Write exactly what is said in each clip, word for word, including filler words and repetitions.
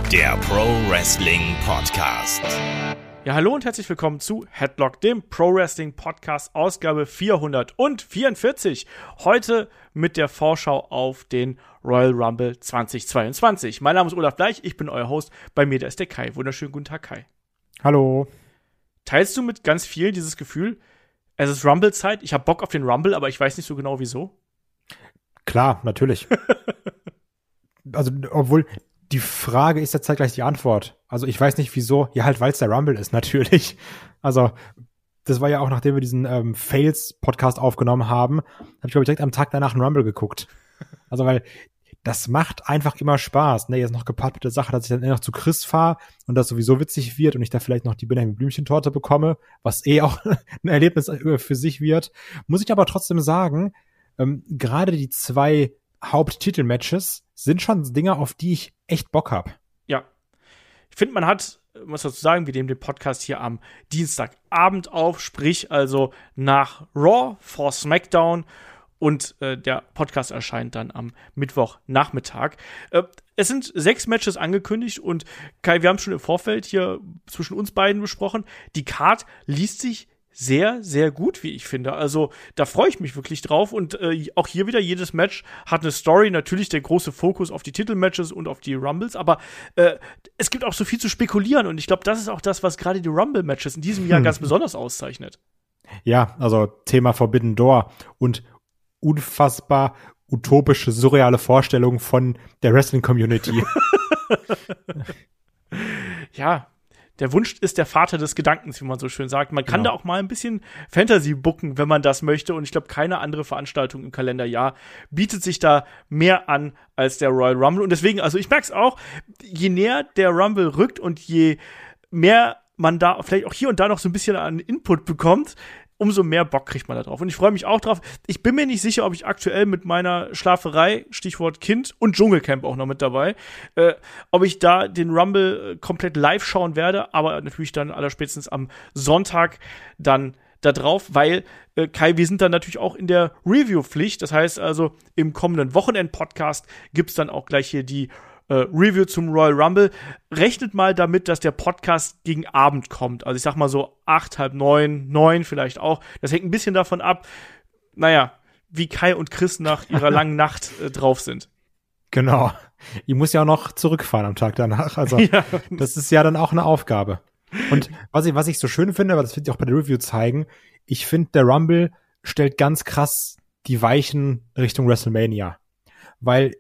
der Pro Wrestling Podcast. Ja, hallo und herzlich willkommen zu Headlock, dem Pro Wrestling Podcast, Ausgabe vierhundertvierundvierzig. Heute mit der Vorschau auf den Royal Rumble zweitausendzweiundzwanzig. Mein Name ist Olaf Bleich, ich bin euer Host. Bei mir, der ist der Kai. Wunderschönen guten Tag, Kai. Hallo. Teilst du mit ganz vielen dieses Gefühl, es ist Rumble-Zeit, ich habe Bock auf den Rumble, aber ich weiß nicht so genau wieso? Klar, natürlich. Also, obwohl, die Frage ist ja zeitgleich die Antwort. Also, ich weiß nicht wieso. Ja, halt, weil es der Rumble ist, natürlich. Also, das war ja auch, nachdem wir diesen ähm, Fails-Podcast aufgenommen haben, habe ich, glaube ich, direkt am Tag danach einen Rumble geguckt. Also, weil das macht einfach immer Spaß. Ne? Jetzt noch gepaart mit der Sache, dass ich dann noch zu Chris fahre und das sowieso witzig wird und ich da vielleicht noch die Benjamin Blümchen-Torte bekomme, was eh auch ein Erlebnis für sich wird. Muss ich aber trotzdem sagen, ähm, gerade die zwei Haupttitel-Matches sind schon Dinge, auf die ich echt Bock habe. Ja. Ich finde, man hat, muss dazu sagen, wir nehmen den Podcast hier am Dienstagabend auf, sprich also nach Raw vor SmackDown. Und äh, der Podcast erscheint dann am Mittwochnachmittag. Äh, es sind sechs Matches angekündigt und Kai, wir haben schon im Vorfeld hier zwischen uns beiden besprochen. Die Card liest sich sehr, sehr gut, wie ich finde. Also da freue ich mich wirklich drauf. Und äh, auch hier wieder, jedes Match hat eine Story. Natürlich der große Fokus auf die Titelmatches und auf die Rumbles. Aber äh, es gibt auch so viel zu spekulieren. Und ich glaube, das ist auch das, was gerade die Rumble-Matches in diesem Jahr hm. ganz besonders auszeichnet. Ja, also Thema Forbidden Door und unfassbar utopische, surreale Vorstellungen von der Wrestling-Community. Ja, der Wunsch ist der Vater des Gedankens, wie man so schön sagt. Man kann genau. da auch mal ein bisschen Fantasy booken, wenn man das möchte. Und ich glaube, keine andere Veranstaltung im Kalenderjahr bietet sich da mehr an als der Royal Rumble. Und deswegen, also ich merke es auch, je näher der Rumble rückt und je mehr man da vielleicht auch hier und da noch so ein bisschen an Input bekommt, umso mehr Bock kriegt man da drauf. Und ich freue mich auch drauf. Ich bin mir nicht sicher, ob ich aktuell mit meiner Schlaferei, Stichwort Kind und Dschungelcamp auch noch mit dabei, äh, ob ich da den Rumble äh, komplett live schauen werde, aber natürlich dann allerspätestens am Sonntag dann da drauf, weil, äh, Kai, wir sind dann natürlich auch in der Review-Pflicht. Das heißt also, im kommenden Wochenend-Podcast gibt's dann auch gleich hier die Uh, Review zum Royal Rumble. Rechnet mal damit, dass der Podcast gegen Abend kommt. Also ich sag mal so acht, halb neun, neun vielleicht auch. Das hängt ein bisschen davon ab, naja, wie Kai und Chris nach ihrer langen Nacht äh, drauf sind. Genau. Ich muss ja auch noch zurückfahren am Tag danach. Also ja. Das ist ja dann auch eine Aufgabe. Und was ich, was ich so schön finde, aber das wird sich auch bei der Review zeigen, ich finde, der Rumble stellt ganz krass die Weichen Richtung WrestleMania. Weil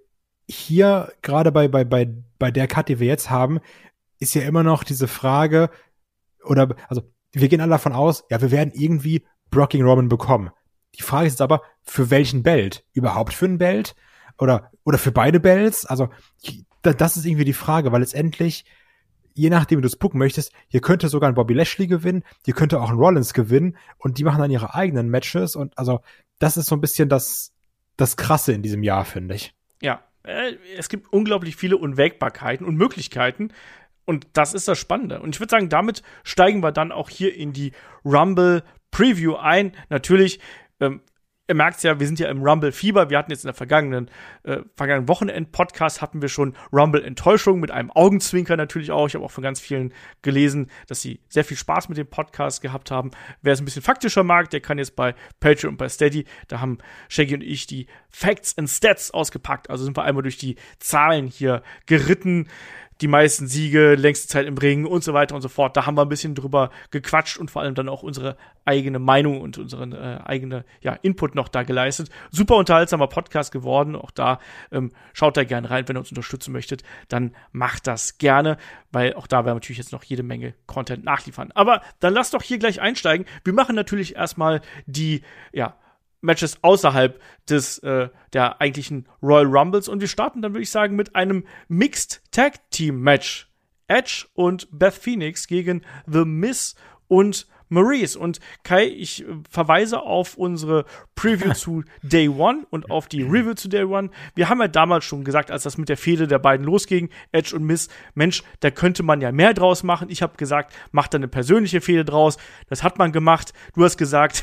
hier, gerade bei, bei, bei, bei der Cut, die wir jetzt haben, ist ja immer noch diese Frage, oder, also, wir gehen alle davon aus, ja, wir werden irgendwie Brock gegen Roman bekommen. Die Frage ist aber, für welchen Belt? Überhaupt für einen Belt? Oder, oder für beide Belts? Also, das ist irgendwie die Frage, weil letztendlich, je nachdem, wie du es gucken möchtest, hier könnte sogar ein Bobby Lashley gewinnen, hier könnte auch ein Rollins gewinnen, und die machen dann ihre eigenen Matches, und also, das ist so ein bisschen das, das Krasse in diesem Jahr, finde ich. Ja. Es gibt unglaublich viele Unwägbarkeiten und Möglichkeiten. Und das ist das Spannende. Und ich würde sagen, damit steigen wir dann auch hier in die Rumble-Preview ein. Natürlich, ähm, ihr merkt es ja, wir sind ja im Rumble-Fieber. Wir hatten jetzt in der vergangenen, äh, vergangenen Wochenend-Podcast hatten wir schon Rumble-Enttäuschung mit einem Augenzwinker natürlich auch. Ich habe auch von ganz vielen gelesen, dass sie sehr viel Spaß mit dem Podcast gehabt haben. Wer es ein bisschen faktischer mag, der kann jetzt bei Patreon und bei Steady, da haben Shaggy und ich die Facts and Stats ausgepackt. Also sind wir einmal durch die Zahlen hier geritten. Die meisten Siege, längste Zeit im Ring und so weiter und so fort. Da haben wir ein bisschen drüber gequatscht und vor allem dann auch unsere eigene Meinung und unseren äh, eigene ja, Input noch da geleistet. Super unterhaltsamer Podcast geworden. Auch da ähm, schaut da gerne rein, wenn ihr uns unterstützen möchtet. Dann macht das gerne, weil auch da werden wir natürlich jetzt noch jede Menge Content nachliefern. Aber dann lasst doch hier gleich einsteigen. Wir machen natürlich erstmal die, ja, Matches außerhalb des äh, der eigentlichen Royal Rumbles und wir starten dann, würde ich sagen, mit einem Mixed Tag Team Match. Edge und Beth Phoenix gegen The Miz und Maurice. Und Kai, ich verweise auf unsere Preview zu Day One und auf die Review zu Day One. Wir haben ja damals schon gesagt, als das mit der Fehde der beiden losging, Edge und Miz, Mensch, da könnte man ja mehr draus machen. Ich habe gesagt, macht da eine persönliche Fehde draus. Das hat man gemacht. Du hast gesagt,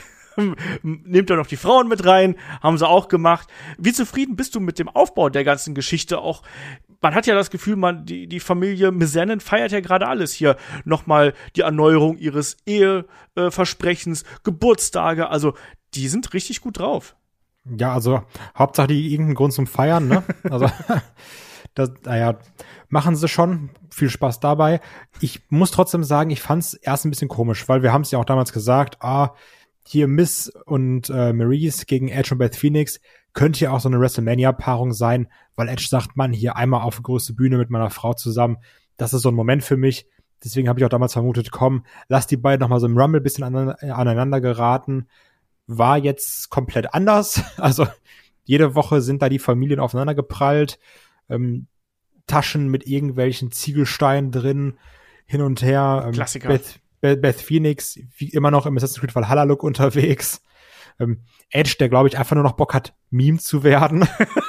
nehmt da noch die Frauen mit rein, haben sie auch gemacht. Wie zufrieden bist du mit dem Aufbau der ganzen Geschichte? Auch man hat ja das Gefühl, man, die, die Familie Mizanin feiert ja gerade alles hier. Nochmal die Erneuerung ihres Eheversprechens, äh, Geburtstage, also die sind richtig gut drauf. Ja, also Hauptsache die irgendeinen Grund zum Feiern, ne? Also das, naja, machen sie schon. Viel Spaß dabei. Ich muss trotzdem sagen, ich fand es erst ein bisschen komisch, weil wir haben es ja auch damals gesagt, ah, hier Miss und äh, Maryse gegen Edge und Beth Phoenix könnte ja auch so eine WrestleMania-Paarung sein, weil Edge sagt, man, hier einmal auf die große Bühne mit meiner Frau zusammen, das ist so ein Moment für mich. Deswegen habe ich auch damals vermutet, komm, lass die beiden nochmal so im Rumble ein bisschen aneinander, aneinander geraten. War jetzt komplett anders. Also jede Woche sind da die Familien aufeinander geprallt, ähm, Taschen mit irgendwelchen Ziegelsteinen drin, hin und her. Ähm, Klassiker. Beth, Beth, Beth Phoenix, wie immer noch im Assassin's Creed Valhalla-Look unterwegs. Ähm, Edge, der, glaube ich, einfach nur noch Bock hat, Meme zu werden.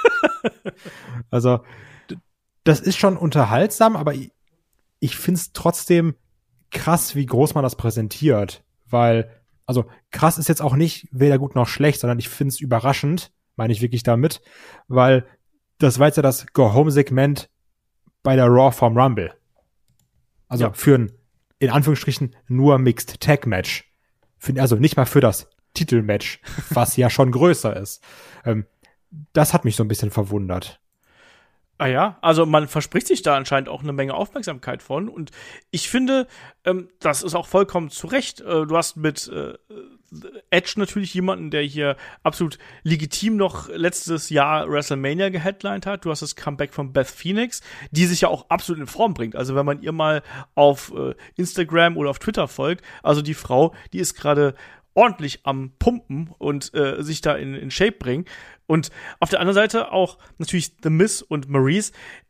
Also, d- das ist schon unterhaltsam, aber ich, ich finde es trotzdem krass, wie groß man das präsentiert. Weil, also, krass ist jetzt auch nicht weder gut noch schlecht, sondern ich finde es überraschend, meine ich wirklich damit, weil das war jetzt ja das Go-Home-Segment bei der Raw vom Rumble. Also Ja. für ein, in Anführungsstrichen, nur Mixed Tag Match. Für, also nicht mal für das Titelmatch, was ja schon größer ist. Ähm, das hat mich so ein bisschen verwundert. Ah ja, also man verspricht sich da anscheinend auch eine Menge Aufmerksamkeit von und ich finde, ähm, das ist auch vollkommen zu Recht. Äh, du hast mit äh, Edge natürlich jemanden, der hier absolut legitim noch letztes Jahr WrestleMania geheadlined hat. Du hast das Comeback von Beth Phoenix, die sich ja auch absolut in Form bringt. Also wenn man ihr mal auf äh, Instagram oder auf Twitter folgt, also die Frau, die ist gerade ordentlich am Pumpen und äh, sich da in, in Shape bringen. Und auf der anderen Seite auch natürlich The Miz und Maryse.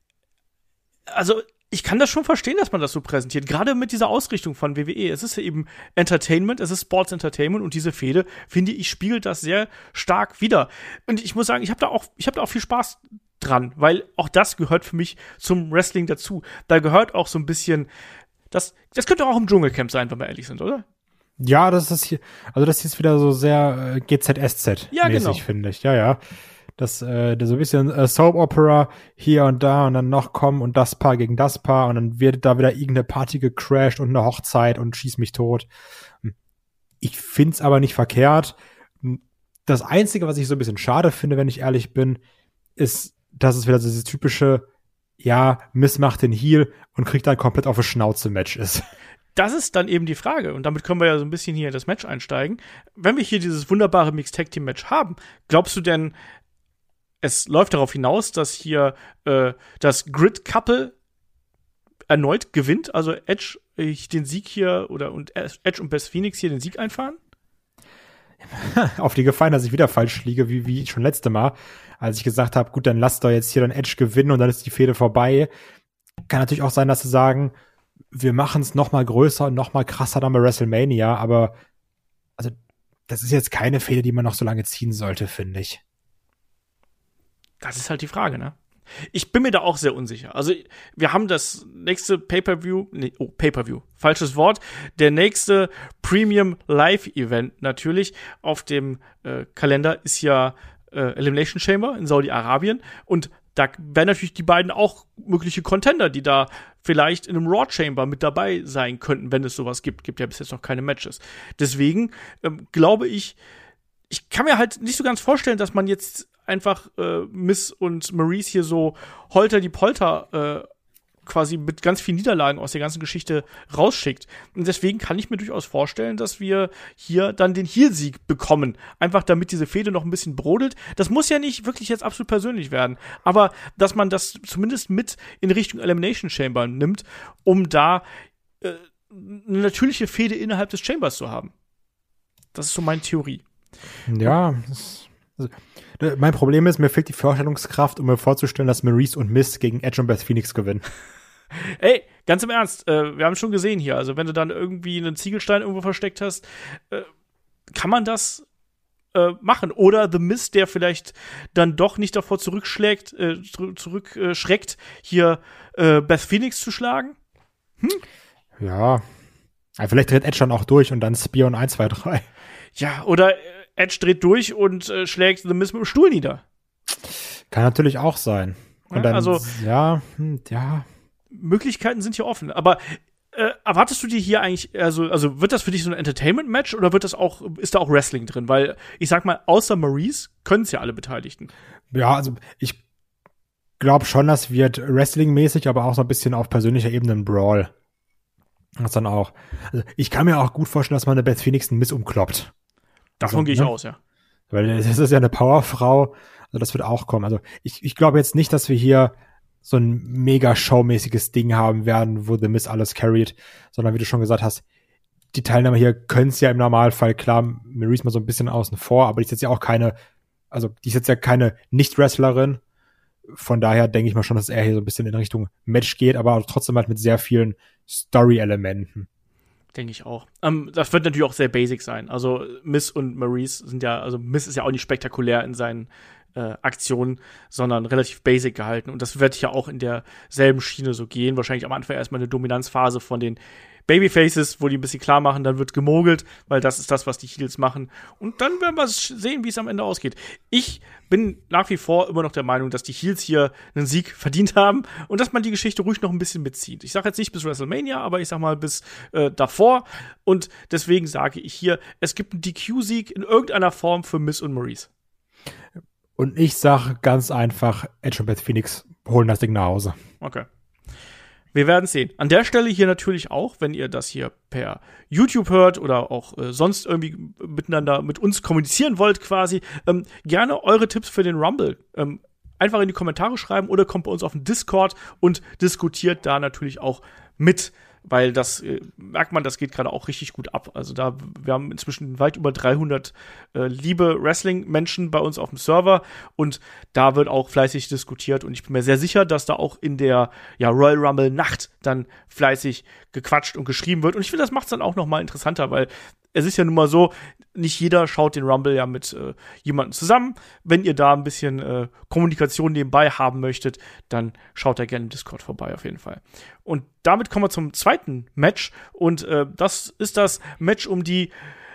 Also ich kann das schon verstehen, dass man das so präsentiert. Gerade mit dieser Ausrichtung von W W E. Es ist ja eben Entertainment, es ist Sports Entertainment und diese Fehde, finde ich, spiegelt das sehr stark wider. Und ich muss sagen, ich habe da auch, ich habe da auch viel Spaß dran, weil auch das gehört für mich zum Wrestling dazu. Da gehört auch so ein bisschen, das, das könnte auch im Dschungelcamp sein, wenn wir ehrlich sind, oder? Ja, das ist hier, also das ist wieder so sehr äh, G Z S Z-mäßig, Ja, genau. finde ich. Ja, ja. Das, äh, das so ein bisschen äh, Soap Opera hier und da und dann noch kommen und das Paar gegen das Paar und dann wird da wieder irgendeine Party gecrashed und eine Hochzeit und schieß mich tot. Ich find's aber nicht verkehrt. Das Einzige, was ich so ein bisschen schade finde, wenn ich ehrlich bin, ist, dass es wieder so dieses typische, ja, Miss macht den Heel und kriegt dann komplett auf die Schnauze Match ist. Das ist dann eben die Frage. Und damit können wir ja so ein bisschen hier in das Match einsteigen. Wenn wir hier dieses wunderbare Mixed Tag Team Match haben, glaubst du denn, es läuft darauf hinaus, dass hier äh, das Grid Couple erneut gewinnt? Also Edge äh, den Sieg hier oder und Edge und Beth Phoenix hier den Sieg einfahren? Auf die Gefahr, dass ich wieder falsch liege, wie, wie schon letzte Mal, als ich gesagt habe, gut, dann lasst doch jetzt hier dann Edge gewinnen und dann ist die Fehde vorbei. Kann natürlich auch sein, dass sie sagen, wir machen es noch mal größer und noch mal krasser dann bei WrestleMania, aber also das ist jetzt keine Fehde, die man noch so lange ziehen sollte, finde ich. Das ist halt die Frage, ne? Ich bin mir da auch sehr unsicher. Also, wir haben das nächste Pay-Per-View, nee, oh, Pay-Per-View, falsches Wort. Der nächste Premium Live-Event natürlich auf dem äh, Kalender ist ja äh, Elimination Chamber in Saudi-Arabien und da wären natürlich die beiden auch mögliche Contender, die da vielleicht in einem Raw Chamber mit dabei sein könnten, wenn es sowas gibt. Gibt ja bis jetzt noch keine Matches. Deswegen ähm, glaube ich, ich kann mir halt nicht so ganz vorstellen, dass man jetzt einfach äh, Miss und Maryse hier so holter die Polter äh, quasi mit ganz vielen Niederlagen aus der ganzen Geschichte rausschickt. Und deswegen kann ich mir durchaus vorstellen, dass wir hier dann den Heel-Sieg bekommen. Einfach damit diese Fehde noch ein bisschen brodelt. Das muss ja nicht wirklich jetzt absolut persönlich werden. Aber dass man das zumindest mit in Richtung Elimination Chamber nimmt, um da äh, eine natürliche Fehde innerhalb des Chambers zu haben. Das ist so meine Theorie. Ja, das, also, mein Problem ist, mir fehlt die Vorstellungskraft, um mir vorzustellen, dass Maryse und Miz gegen Edge und Beth Phoenix gewinnen. Ey, ganz im Ernst, äh, wir haben schon gesehen hier, also wenn du dann irgendwie einen Ziegelstein irgendwo versteckt hast, äh, kann man das äh, machen? Oder The Miz, der vielleicht dann doch nicht davor zurückschlägt, äh, zurückschreckt, äh, hier äh, Beth Phoenix zu schlagen? Hm? Ja, ja, vielleicht dreht Edge dann auch durch und dann Spear und eins, zwei, drei. Ja, oder äh, Edge dreht durch und äh, schlägt The Miz mit dem Stuhl nieder. Kann natürlich auch sein. Und dann, also, ja, hm, ja. Möglichkeiten sind hier offen. Aber äh, erwartest du dir hier eigentlich, also, also wird das für dich so ein Entertainment-Match oder wird das auch, ist da auch Wrestling drin? Weil, ich sag mal, außer Maurice können es ja alle Beteiligten. Ja, also ich glaube schon, das wird Wrestling-mäßig, aber auch so ein bisschen auf persönlicher Ebene ein Brawl. Das dann auch. Also ich kann mir auch gut vorstellen, dass man eine Beth Phoenix einen Miss umkloppt. Davon also, gehe ich ne? aus, ja. Weil das ist ja eine Powerfrau, also das wird auch kommen. Also ich, ich glaube jetzt nicht, dass wir hier so ein mega showmäßiges Ding haben werden, wo The Miz alles carried, sondern wie du schon gesagt hast, die Teilnehmer hier können es ja im Normalfall, klar, Maurice mal so ein bisschen außen vor, aber die ist jetzt ja auch keine, also die ist jetzt ja keine Nicht-Wrestlerin. Von daher denke ich mal schon, dass er hier so ein bisschen in Richtung Match geht, aber trotzdem halt mit sehr vielen Story-Elementen. Denke ich auch. Ähm, das wird natürlich auch sehr basic sein. Also Miz und Maurice sind ja, also Miz ist ja auch nicht spektakulär in seinen äh, Aktionen, sondern relativ basic gehalten. Und das wird ja auch in derselben Schiene so gehen. Wahrscheinlich am Anfang erstmal eine Dominanzphase von den Babyfaces, wo die ein bisschen klar machen, dann wird gemogelt, weil das ist das, was die Heels machen. Und dann werden wir sehen, wie es am Ende ausgeht. Ich bin nach wie vor immer noch der Meinung, dass die Heels hier einen Sieg verdient haben und dass man die Geschichte ruhig noch ein bisschen mitzieht. Ich sage jetzt nicht bis WrestleMania, aber ich sag mal bis äh, davor. Und deswegen sage ich hier, es gibt einen D Q-Sieg in irgendeiner Form für Miz und Maurice. Und ich sage ganz einfach, Edge und Beth Phoenix holen das Ding nach Hause. Okay. Wir werden sehen. An der Stelle hier natürlich auch, wenn ihr das hier per YouTube hört oder auch äh, sonst irgendwie miteinander mit uns kommunizieren wollt quasi, ähm, gerne eure Tipps für den Rumble ähm, einfach in die Kommentare schreiben oder kommt bei uns auf den Discord und diskutiert da natürlich auch mit. Weil das, äh, merkt man, das geht gerade auch richtig gut ab. Also da, wir haben inzwischen weit über dreihundert äh, liebe Wrestling-Menschen bei uns auf dem Server und da wird auch fleißig diskutiert und ich bin mir sehr sicher, dass da auch in der ja, Royal Rumble-Nacht dann fleißig gequatscht und geschrieben wird und ich finde, das macht es dann auch noch mal interessanter, weil es ist ja nun mal so, nicht jeder schaut den Rumble ja mit äh, jemandem zusammen. Wenn ihr da ein bisschen äh, Kommunikation nebenbei haben möchtet, dann schaut da gerne im Discord vorbei auf jeden Fall. Und damit kommen wir zum zweiten Match und äh, das ist das Match um die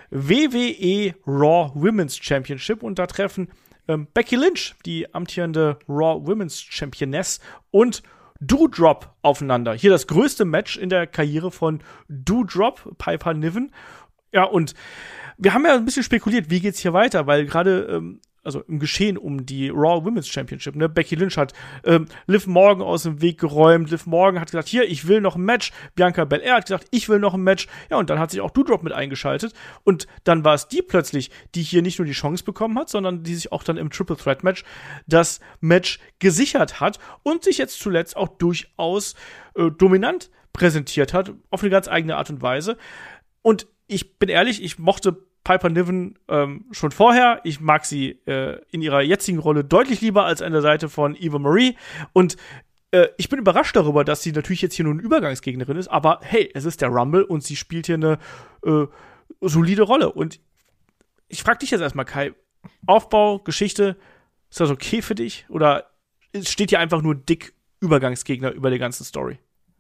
W W E Raw Women's Championship und da treffen ähm, Becky Lynch, die amtierende Raw Women's Championess und Doudrop aufeinander. Hier das größte Match in der Karriere von Doudrop, Piper Niven. Ja, und wir haben ja ein bisschen spekuliert, wie geht's hier weiter, weil gerade, ähm, also im Geschehen um die Raw Women's Championship, ne, Becky Lynch hat ähm, Liv Morgan aus dem Weg geräumt, Liv Morgan hat gesagt, hier, ich will noch ein Match, Bianca Belair hat gesagt, ich will noch ein Match, ja, und dann hat sich auch Doudrop mit eingeschaltet und dann war es die plötzlich, die hier nicht nur die Chance bekommen hat, sondern die sich auch dann im Triple Threat Match das Match gesichert hat und sich jetzt zuletzt auch durchaus äh, dominant präsentiert hat, auf eine ganz eigene Art und Weise. Und ich bin ehrlich, ich mochte Piper Niven ähm, schon vorher. Ich mag sie äh, in ihrer jetzigen Rolle deutlich lieber als an der Seite von Eva Marie. Und äh, ich bin überrascht darüber, dass sie natürlich jetzt hier nur eine Übergangsgegnerin ist. Aber hey, es ist der Rumble und sie spielt hier eine äh, solide Rolle. Und ich frage dich jetzt erstmal, Kai, Aufbau, Geschichte, ist das okay für dich? Oder steht hier einfach nur dick Übergangsgegner über der ganzen Story?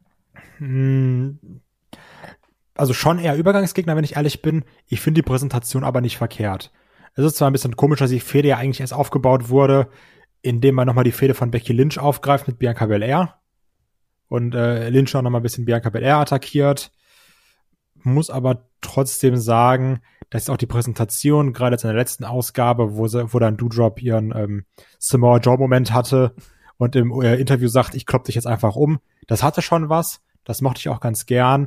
Hm. Also schon eher Übergangsgegner, wenn ich ehrlich bin. Ich finde die Präsentation aber nicht verkehrt. Es ist zwar ein bisschen komisch, dass die Fehde ja eigentlich erst aufgebaut wurde, indem man nochmal die Fehde von Becky Lynch aufgreift mit Bianca Belair. Und äh, Lynch auch nochmal ein bisschen Bianca Belair attackiert. Muss aber trotzdem sagen, dass auch die Präsentation, gerade jetzt in der letzten Ausgabe, wo, sie, wo dann Doudrop ihren ähm, Samoa Joe-Moment hatte und im äh, Interview sagt, ich klopp dich jetzt einfach um. Das hatte schon was. Das mochte ich auch ganz gern.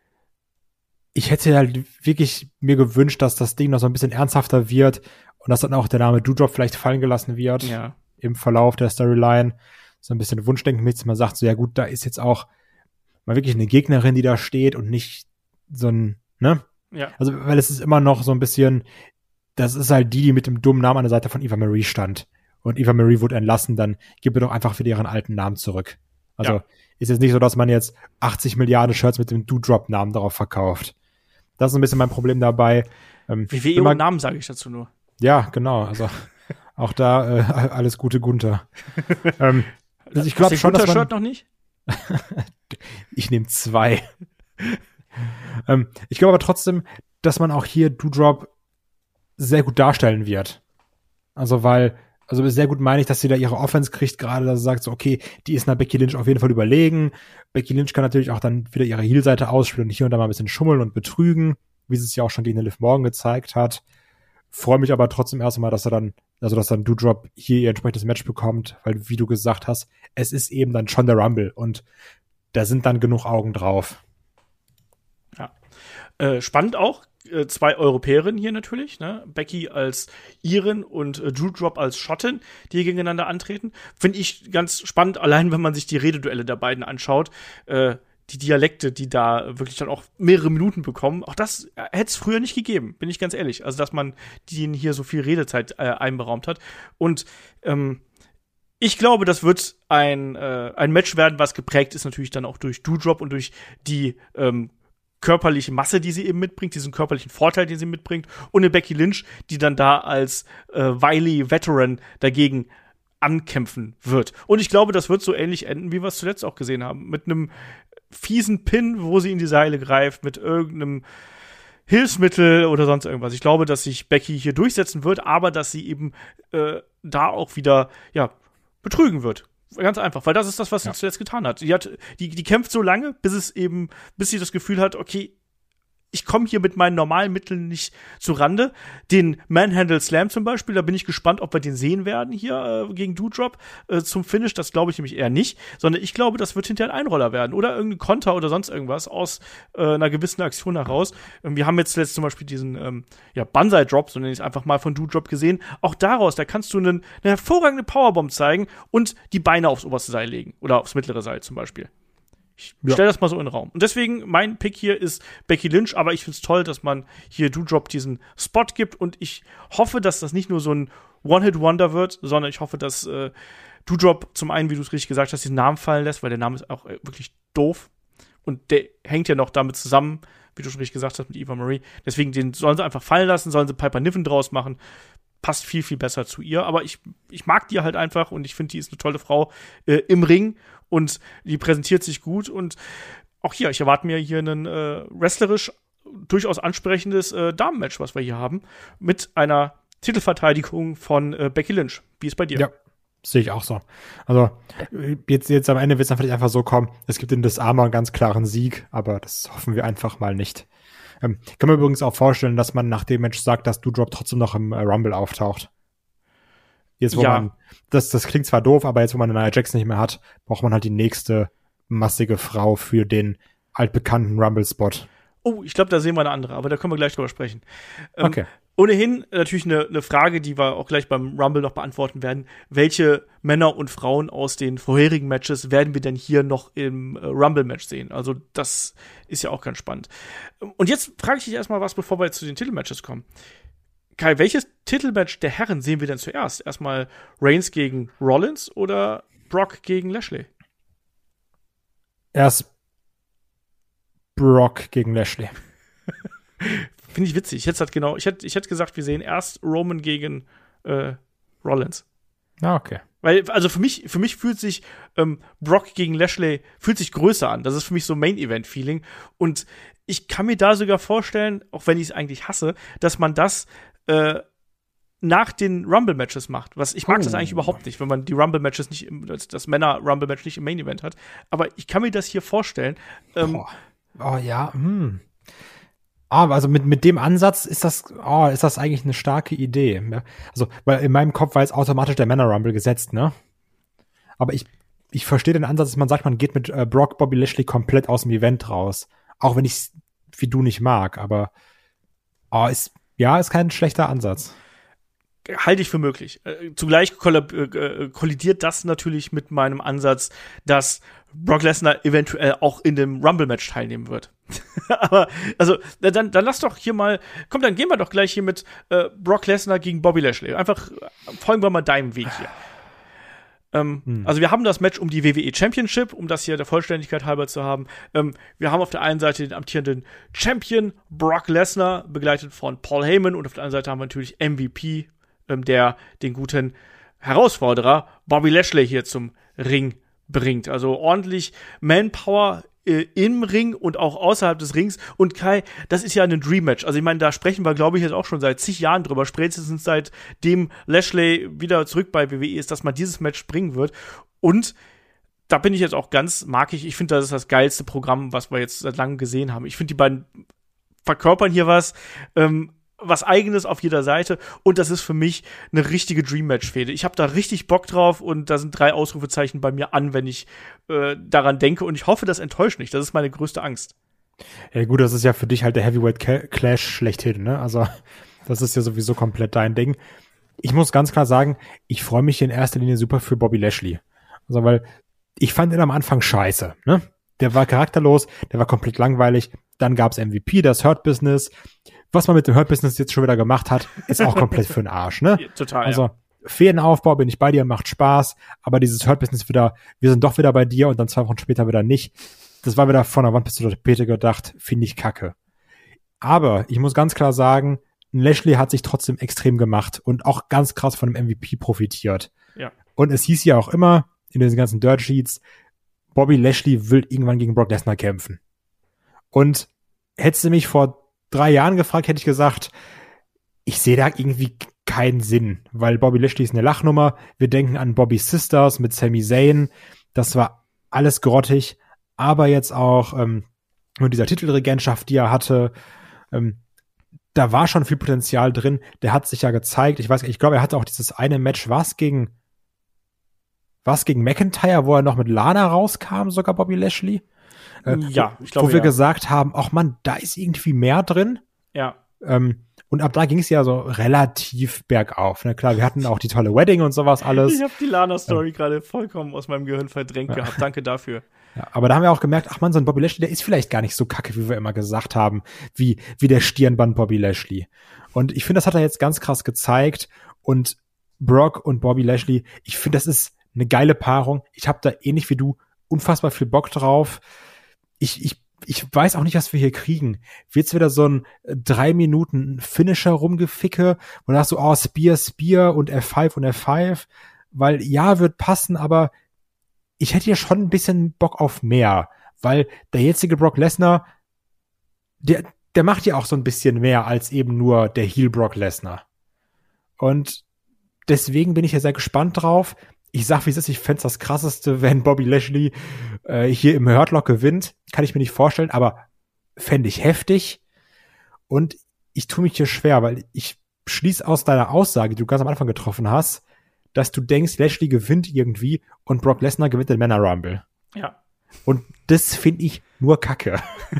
Ich hätte ja wirklich mir gewünscht, dass das Ding noch so ein bisschen ernsthafter wird und dass dann auch der Name Doudrop vielleicht fallen gelassen wird ja. im Verlauf der Storyline. So ein bisschen Wunschdenken mit, man sagt so, ja gut, da ist jetzt auch mal wirklich eine Gegnerin, die da steht und nicht so ein, ne? Ja. Also, weil es ist immer noch so ein bisschen, das ist halt die, die mit dem dummen Namen an der Seite von Eva Marie stand. Und Eva Marie wurde entlassen, dann gib mir doch einfach wieder ihren alten Namen zurück. Also, ja. Ist jetzt nicht so, dass man jetzt achtzig Milliarden Shirts mit dem Doudrop-Namen darauf verkauft. Das ist ein bisschen mein Problem dabei. Ähm, W W E und Namen sage ich dazu nur. Ja, genau. Also auch da äh, alles Gute, Gunther. ähm, also ich glaube schon, dass man Shirt noch nicht? Ich nehme zwei. ähm, ich glaube aber trotzdem, dass man auch hier Doudrop sehr gut darstellen wird. Also weil Also sehr gut meine ich, dass sie da ihre Offense kriegt, gerade dass sie sagt so, okay, die ist nach Becky Lynch auf jeden Fall überlegen. Becky Lynch kann natürlich auch dann wieder ihre Heel-Seite ausspielen und hier und da mal ein bisschen schummeln und betrügen, wie sie es ja auch schon gegen Liv Morgan gezeigt hat. Freue mich aber trotzdem erstmal, dass er dann, also dass dann Doudrop hier ihr entsprechendes Match bekommt, weil wie du gesagt hast, es ist eben dann schon der Rumble und da sind dann genug Augen drauf. Ja. Äh, spannend auch, äh, zwei Europäerinnen hier natürlich, ne? Becky als Irin und äh, Doudrop als Schottin, die hier gegeneinander antreten. Finde ich ganz spannend, allein wenn man sich die Rededuelle der beiden anschaut. Äh, die Dialekte, die da wirklich dann auch mehrere Minuten bekommen, auch das hätte es früher nicht gegeben, bin ich ganz ehrlich. Also, dass man denen hier so viel Redezeit äh, einberaumt hat. Und ähm, ich glaube, das wird ein, äh, ein Match werden, was geprägt ist natürlich dann auch durch Doudrop und durch die ähm, körperliche Masse, die sie eben mitbringt, diesen körperlichen Vorteil, den sie mitbringt, und eine Becky Lynch, die dann da als äh, wily Veteran dagegen ankämpfen wird. Und ich glaube, das wird so ähnlich enden, wie wir es zuletzt auch gesehen haben. Mit einem fiesen Pin, wo sie in die Seile greift, mit irgendeinem Hilfsmittel oder sonst irgendwas. Ich glaube, dass sich Becky hier durchsetzen wird, aber dass sie eben äh, da auch wieder, ja, betrügen wird. Ganz einfach, weil das ist das, was sie ja. zuletzt getan hat. Die hat, die, die kämpft so lange, bis es eben, bis sie das Gefühl hat, okay, ich komme hier mit meinen normalen Mitteln nicht zu Rande. Den Manhandle Slam zum Beispiel, da bin ich gespannt, ob wir den sehen werden hier äh, gegen Doudrop äh, zum Finish. Das glaube ich nämlich eher nicht, sondern ich glaube, das wird hinterher ein Einroller werden oder irgendein Konter oder sonst irgendwas aus äh, einer gewissen Aktion heraus. Ähm, wir haben jetzt zuletzt zum Beispiel diesen ähm, ja, Banzai-Drop, so nenne ich es einfach mal, von Doudrop gesehen. Auch daraus, da kannst du einen, eine hervorragende Powerbomb zeigen und die Beine aufs oberste Seil legen oder aufs mittlere Seil zum Beispiel. Ich ja. stelle das mal so in den Raum. Und deswegen, mein Pick hier ist Becky Lynch, aber ich finde es toll, dass man hier Doudrop diesen Spot gibt und ich hoffe, dass das nicht nur so ein One-Hit-Wonder wird, sondern ich hoffe, dass äh, Doudrop zum einen, wie du es richtig gesagt hast, diesen Namen fallen lässt, weil der Name ist auch äh, wirklich doof und der hängt ja noch damit zusammen, wie du schon richtig gesagt hast, mit Eva Marie. Deswegen, den sollen sie einfach fallen lassen, sollen sie Piper Niven draus machen. Passt viel, viel besser zu ihr. Aber ich, ich mag die halt einfach und ich finde, die ist eine tolle Frau äh, im Ring und die präsentiert sich gut. Und auch hier, ich erwarte mir hier ein äh, wrestlerisch durchaus ansprechendes äh, Damenmatch, was wir hier haben, mit einer Titelverteidigung von äh, Becky Lynch. Wie ist bei dir? Ja, sehe ich auch so. Also jetzt, jetzt am Ende wird es einfach, einfach so kommen, es gibt in das Armor einen ganz klaren Sieg, aber das hoffen wir einfach mal nicht. Ähm, kann man übrigens auch vorstellen, dass man nach dem Match sagt, dass Doudrop trotzdem noch im äh, Rumble auftaucht. Jetzt, wo ja. man, das, das klingt zwar doof, aber jetzt, wo man eine Nia Jax nicht mehr hat, braucht man halt die nächste massige Frau für den altbekannten Rumble-Spot. Oh, ich glaube, da sehen wir eine andere, aber da können wir gleich drüber sprechen. Ähm, okay. Ohnehin natürlich eine, eine Frage, die wir auch gleich beim Rumble noch beantworten werden. Welche Männer und Frauen aus den vorherigen Matches werden wir denn hier noch im äh, Rumble-Match sehen? Also das ist ja auch ganz spannend. Und jetzt frage ich dich erstmal was, bevor wir jetzt zu den Titelmatches kommen. Kai, welches Titelmatch der Herren sehen wir denn zuerst? Erstmal Reigns gegen Rollins oder Brock gegen Lashley? Erst Brock gegen Lashley. Finde ich witzig. Ich hätte halt genau, ich hätte, ich hätte gesagt, wir sehen erst Roman gegen äh, Rollins. Ah, okay. Weil, also für mich, für mich fühlt sich ähm, Brock gegen Lashley fühlt sich größer an. Das ist für mich so Main-Event-Feeling. Und ich kann mir da sogar vorstellen, auch wenn ich es eigentlich hasse, dass man das äh, nach den Rumble-Matches macht. Was, ich mag oh. das eigentlich überhaupt nicht, wenn man die Rumble-Matches nicht, im, das, das Männer-Rumble-Match nicht im Main-Event hat. Aber ich kann mir das hier vorstellen. Ähm, oh. oh ja, hm. Aber also mit, mit dem Ansatz ist das, oh, ist das eigentlich eine starke Idee. Also, weil in meinem Kopf war jetzt automatisch der Männer-Rumble gesetzt, ne? Aber ich, ich verstehe den Ansatz, dass man sagt, man geht mit äh, Brock, Bobby Lashley komplett aus dem Event raus. Auch wenn ich es wie du nicht mag, aber oh, ist, ja, ist kein schlechter Ansatz. Halte ich für möglich. Äh, zugleich kollab- äh, kollidiert das natürlich mit meinem Ansatz, dass Brock Lesnar eventuell auch in dem Rumble-Match teilnehmen wird. Aber, also, dann, dann lass doch hier mal, komm, dann gehen wir doch gleich hier mit äh, Brock Lesnar gegen Bobby Lashley. Einfach folgen wir mal deinem Weg hier. Ähm, hm. Also wir haben das Match um die W W E Championship, um das hier der Vollständigkeit halber zu haben. Ähm, wir haben auf der einen Seite den amtierenden Champion Brock Lesnar, begleitet von Paul Heyman, und auf der anderen Seite haben wir natürlich M V P, ähm, der den guten Herausforderer Bobby Lashley hier zum Ring bringt. Also ordentlich Manpower äh, im Ring und auch außerhalb des Rings. Und Kai, das ist ja ein Dream-Match. Also ich meine, da sprechen wir, glaube ich, jetzt auch schon seit zig Jahren drüber, spätestens seitdem Lashley wieder zurück bei W W E ist, dass man dieses Match bringen wird. Und da bin ich jetzt auch ganz markig. Ich finde, das ist das geilste Programm, was wir jetzt seit langem gesehen haben. Ich finde, die beiden verkörpern hier was, ähm, was Eigenes auf jeder Seite. Und das ist für mich eine richtige Dream-Match-Fehde. Ich habe da richtig Bock drauf und da sind drei Ausrufezeichen bei mir an, wenn ich äh, daran denke. Und ich hoffe, das enttäuscht nicht. Das ist meine größte Angst. Ja gut, das ist ja für dich halt der Heavyweight-Clash schlechthin, ne? Also das ist ja sowieso komplett dein Ding. Ich muss ganz klar sagen, ich freue mich in erster Linie super für Bobby Lashley. Also weil ich fand ihn am Anfang scheiße, ne? Der war charakterlos, der war komplett langweilig. Dann gab's M V P, das Hurt Business. Was man mit dem Hurt Business jetzt schon wieder gemacht hat, ist auch komplett für den Arsch, ne? Ja, total. Also ja. Fädenaufbau, bin ich bei dir, macht Spaß, aber dieses Hurt Business wieder, wir sind doch wieder bei dir und dann zwei Wochen später wieder nicht. Das war wieder von der Wand bis zur Tapete gedacht, finde ich kacke. Aber ich muss ganz klar sagen, Lashley hat sich trotzdem extrem gemacht und auch ganz krass von dem M V P profitiert. Ja. Und es hieß ja auch immer in diesen ganzen Dirt Sheets, Bobby Lashley will irgendwann gegen Brock Lesnar kämpfen. Und hättest du mich vor drei Jahren gefragt, hätte ich gesagt, ich sehe da irgendwie keinen Sinn, weil Bobby Lashley ist eine Lachnummer. Wir denken an Bobby Sisters mit Sami Zayn. Das war alles grottig. Aber jetzt auch ähm, mit dieser Titelregentschaft, die er hatte, ähm, da war schon viel Potenzial drin. Der hat sich ja gezeigt. Ich weiß nicht, ich glaube, er hatte auch dieses eine Match, was gegen was gegen McIntyre, wo er noch mit Lana rauskam, sogar Bobby Lashley. Äh, ja, ich glaube, Wo wir ja. gesagt haben, ach man, da ist irgendwie mehr drin. Ja. Ähm, und ab da ging es ja so relativ bergauf. Ne? Klar, wir hatten auch die tolle Wedding und sowas alles. Ich habe die Lana-Story ähm. gerade vollkommen aus meinem Gehirn verdrängt ja. gehabt. Danke dafür. Ja, aber da haben wir auch gemerkt, ach man, so ein Bobby Lashley, der ist vielleicht gar nicht so kacke, wie wir immer gesagt haben, wie, wie der Stirnband Bobby Lashley. Und ich finde, das hat er jetzt ganz krass gezeigt. Und Brock und Bobby Lashley, ich finde, das ist eine geile Paarung. Ich habe da ähnlich wie du unfassbar viel Bock drauf. Ich, ich, ich weiß auch nicht, was wir hier kriegen. Wird's wieder so ein drei Minuten Finisher rumgeficke und dann sagst du, oh, Spear, Spear und F fünf und F fünf, weil ja, wird passen, aber ich hätte ja schon ein bisschen Bock auf mehr, weil der jetzige Brock Lesnar, der, der macht ja auch so ein bisschen mehr als eben nur der Heel Brock Lesnar. Und deswegen bin ich ja sehr gespannt drauf. Ich sag, wie es ist, ich fänd's das Krasseste, wenn Bobby Lashley äh, hier im Hurt Lock gewinnt. Kann ich mir nicht vorstellen, aber fände ich heftig. Und ich tue mich hier schwer, weil ich schließe aus deiner Aussage, die du ganz am Anfang getroffen hast, dass du denkst, Lashley gewinnt irgendwie und Brock Lesnar gewinnt den Männer Rumble. Ja. Und das finde ich nur Kacke.